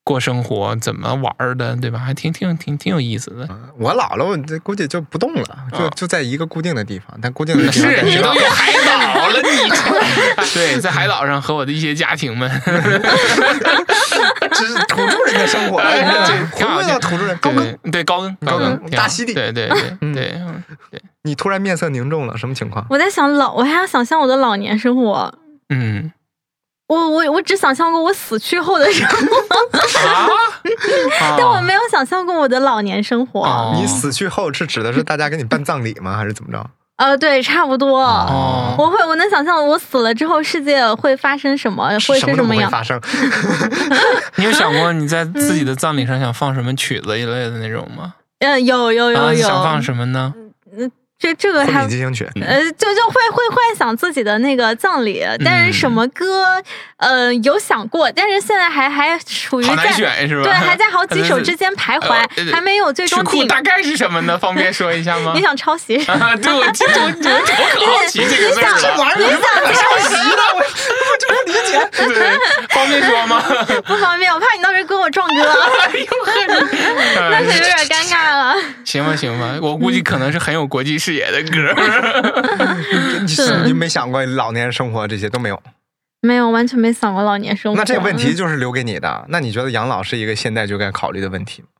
过生活，怎么玩的，对吧？还挺挺挺挺有意思的。 嗯我老了，我这估计就不动了，就、 哦就在一个固定的地方，但固定的地方是你感觉都有海岛了，你对，在海岛上和我的一些家庭们， 这是土著人的生活， 哎这挺好回归到土著人高更。 对对高更高更挺好大溪地对对对嗯对嗯对， 你突然面色凝重了，什么情况？ 我在想老，我还要想象我的老年生活。 嗯我我我只想象过我死去后的生活， 啊， 但我没有想象过我的老年生活。 哦你死去后是指的是大家给你办葬礼吗？还是怎么着？ 呃，对，差不多。 哦我会，我能想象我死了之后世界会发生什么，会什么都不是什么样。 会发生。 你有想过你在自己的葬礼上想放什么曲子一类的那种吗？ 呃，有有有啊， 有。 想放什么呢？ 这这个婚还礼进行曲， 呃，就就会会幻想自己的那个葬礼，但是什么歌，呃，有想过，但是现在还还处于好难在选是吧？ 对，还在好几首之间徘徊， 呃还没有最终曲库定。 大概是什么呢？方便说一下吗？ 你想抄袭？ 啊，对，我记我我我可好奇这个事儿了。 玩意儿怎么抄袭的？我我就不理解。 对，方便说吗？ 不方便，我怕你到时候跟我撞歌， 哎呦呵， 那可有点尴尬了。 行吧行吧，我估计可能是很有国际视野的歌。 你你没想过老年生活这些都没有？ 没有，完全没想过老年生活。 那这个问题就是留给你的。那你觉得养老是一个现在就该考虑的问题吗？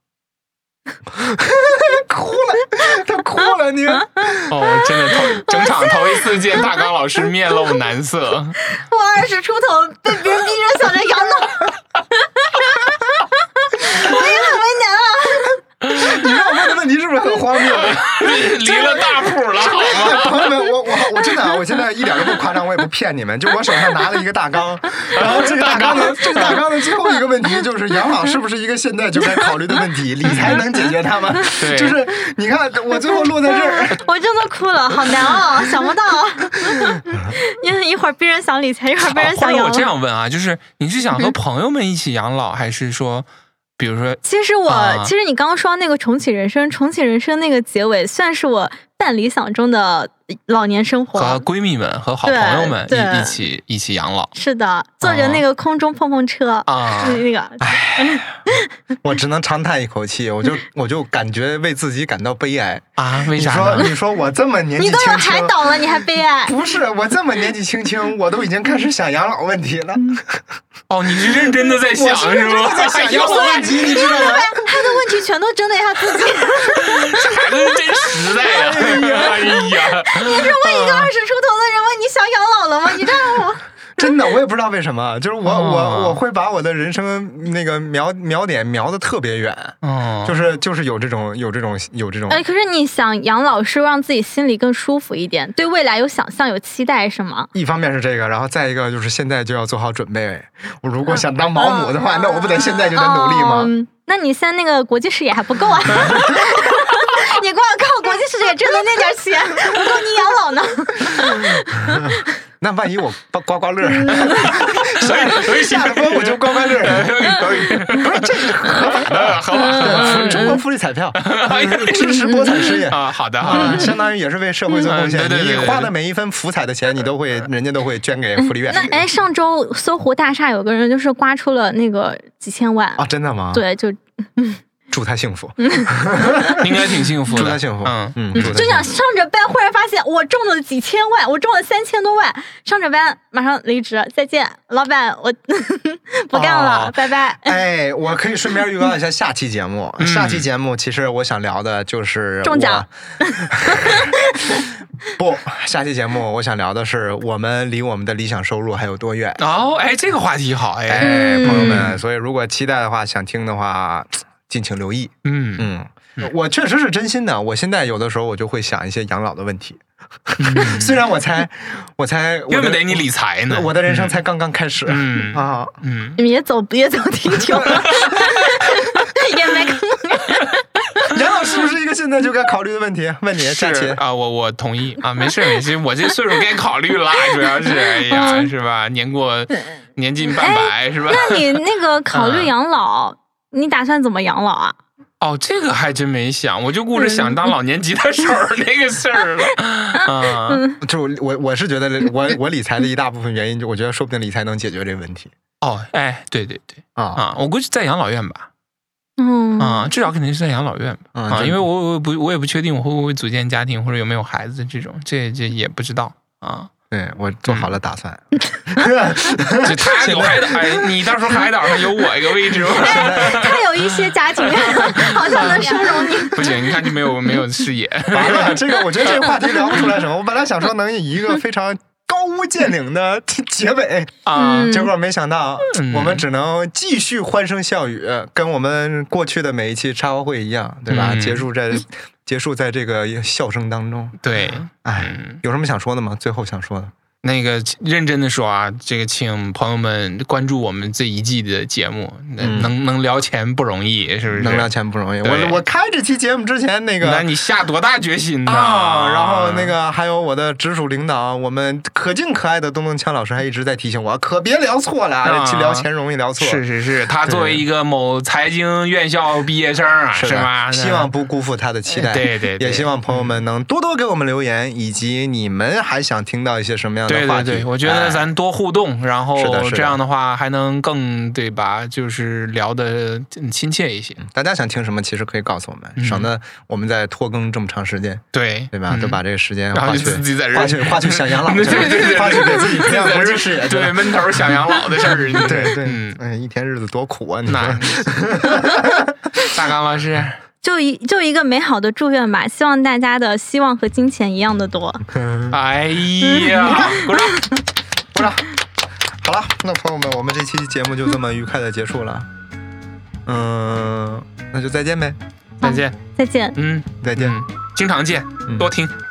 哭了，他哭了，你。 哦，真的头整场头一次见大刚老师面露难色。 我二十出头被别人逼着想着养老，我也很为难啊。 你让我问的问题是不是很荒谬？ 离了大谱了，好吗？ 朋友们，我我我真的，我现在一点都不夸张，我也不骗你们。就我手上拿了一个大纲，然后这个大纲的这个大纲的最后一个问题就是养老是不是一个现在就该考虑的问题？理财能解决它吗？ 对就是你看我最后落在这儿， 我真的哭了，好难哦，想不到。一一会儿逼人想理财，一会儿逼人想养或者我这老。 样问啊，就是你是想和朋友们一起养老，还是说，比如说， 其实我， 啊其实你刚刚说那个重启人生，重启人生那个结尾，算是我半理想中的老年生活。 和闺蜜们和好朋友们对对一一起一起养老是的，坐着那个空中碰碰车啊？ 那个， 我只能长叹一口气，我就我就感觉为自己感到悲哀啊？为啥你说呢？ 你说我这么年纪你都有轻轻， 海岛了，你还悲哀？ 不是我这么年纪轻轻，我都已经开始想养老问题了。 哦，你是认真的在想我是认真吧？ 的在想养老问题，你知道吗？ 他的问题全都针对他自己。 这孩子是真实在呀！哎呀， 你是问一个二十出头的人问你想养老了吗？你这样我。 真的，我也不知道为什么，就是我、 哦我我会把我的人生那个瞄瞄点瞄的特别远， 哦， 就是就是有这种有这种有这种， 哎，可是你想养老是让自己心里更舒服一点，对未来有想象、有期待，是吗？ 一方面是这个，然后再一个就是现在就要做好准备。我如果想当保姆的话，那我不得现在就得努力吗？ 嗯，那你现在那个国际视野还不够啊！你光靠国际视野挣的那点钱，不够你养老呢。 那万一我刮刮刮乐， 所以所以下了班我就刮刮乐， 可以， 不是这是合法的， 合法的对中国福利彩票，支持播产事业啊，好的好啊， 的， 相当于也是为社会做贡献。 嗯对对对对你花的每一分福彩的钱，你都会，人家都会捐给福利院。 那哎，上周搜狐大厦有个人就是刮出了那个几千万啊，真的吗？， 对，就祝他幸福， 应该挺幸福的， 祝他幸福。 嗯嗯，祝他就想幸福上着班，忽然发现我中了几千万，我中了三千多万，上着班马上离职，再见，老板，我不干了， 哦拜拜。 哎，我可以顺便预告一下下期节目。 嗯下期节目其实我想聊的就是中奖我。不，下期节目我想聊的是我们离我们的理想收入还有多远。 哦，哎，这个话题好，哎， 哎， 嗯朋友们，所以如果期待的话，想听的话，敬请留意。 嗯嗯，我确实是真心的。我现在有的时候我就会想一些养老的问题，虽然我才我才我的怨不得你理财呢， 我的人生才刚刚开始。 嗯啊， 嗯， 你们也走也走挺久了，也没看过。 养老是不是一个现在就该考虑的问题？问你，佳琪。 是啊，我我同意啊，没事没事，我这岁数该考虑了，主要是哎呀，是吧？年过年近半百是吧？ 那你那个考虑养老，你打算怎么养老啊？ 哦，这个还真没想，我就顾着想当老年吉他手那个事儿了。啊， 就我我是觉得我我理财的一大部分原因，就我觉得说不定理财能解决这个问题。 哦，哎，对对对啊啊，我估计在养老院吧。 嗯啊，至少肯定是在养老院吧。 嗯啊，因为我我不我也不确定我会不会组建家庭或者有没有孩子这种，这这也不知道啊。 对我做好了打算。 就他有海岛，哎，你到时候海岛上有我一个位置吗？ 他有一些家庭好像能收容你。 不行，你看就没有没有视野。 完了，这个我觉得这个话题聊不出来什么。我本来想说能以一个非常高屋建瓴的结尾啊， 结果没想到嗯我们只能继续欢声笑语，跟我们过去的每一期茶话会一样，对吧？ 嗯结束在结束在这个笑声当中。 对， 哎， 嗯有什么想说的吗？最后想说的。 那个认真的说啊，这个请朋友们关注我们这一季的节目， 嗯能能聊钱不容易，是不是？ 能聊钱不容易。 对我我开这期节目之前，那个那你下多大决心呢？ 啊，然后那个还有我的直属领导，我们可敬可爱的东东锵老师还一直在提醒我，可别聊错了， 啊去聊钱容易聊错。 是是是，他作为一个某财经院校毕业生啊， 是的是吧？ 希望不辜负他的期待。 对对对也希望朋友们能多多给我们留言，以及你们还想听到一些什么样的话题？ 对对对，我觉得哎咱多互动，然后是的是的这样的话还能更对吧？就是聊得亲切一些。 大家想听什么，其实可以告诉我们， 嗯省得我们在拖更这么长时间， 对对吧？ 嗯都把这个时间然后就花去自己在这儿花去花去想养老去了， 对对对， 花去给自己培养国际视野去对了。 闷头想养老的事儿， 对对， 嗯， 哎，一天日子多苦啊！你那说。 大刚老师， 就一就一个美好的祝愿吧，希望大家的希望和金钱一样的多。 哎呀，鼓掌！ 鼓掌。好了，那朋友们，我们这期节目就这么愉快的结束了。嗯，那就再见呗， 再见， 再见。 嗯， 再见。 嗯，经常见， 嗯多听。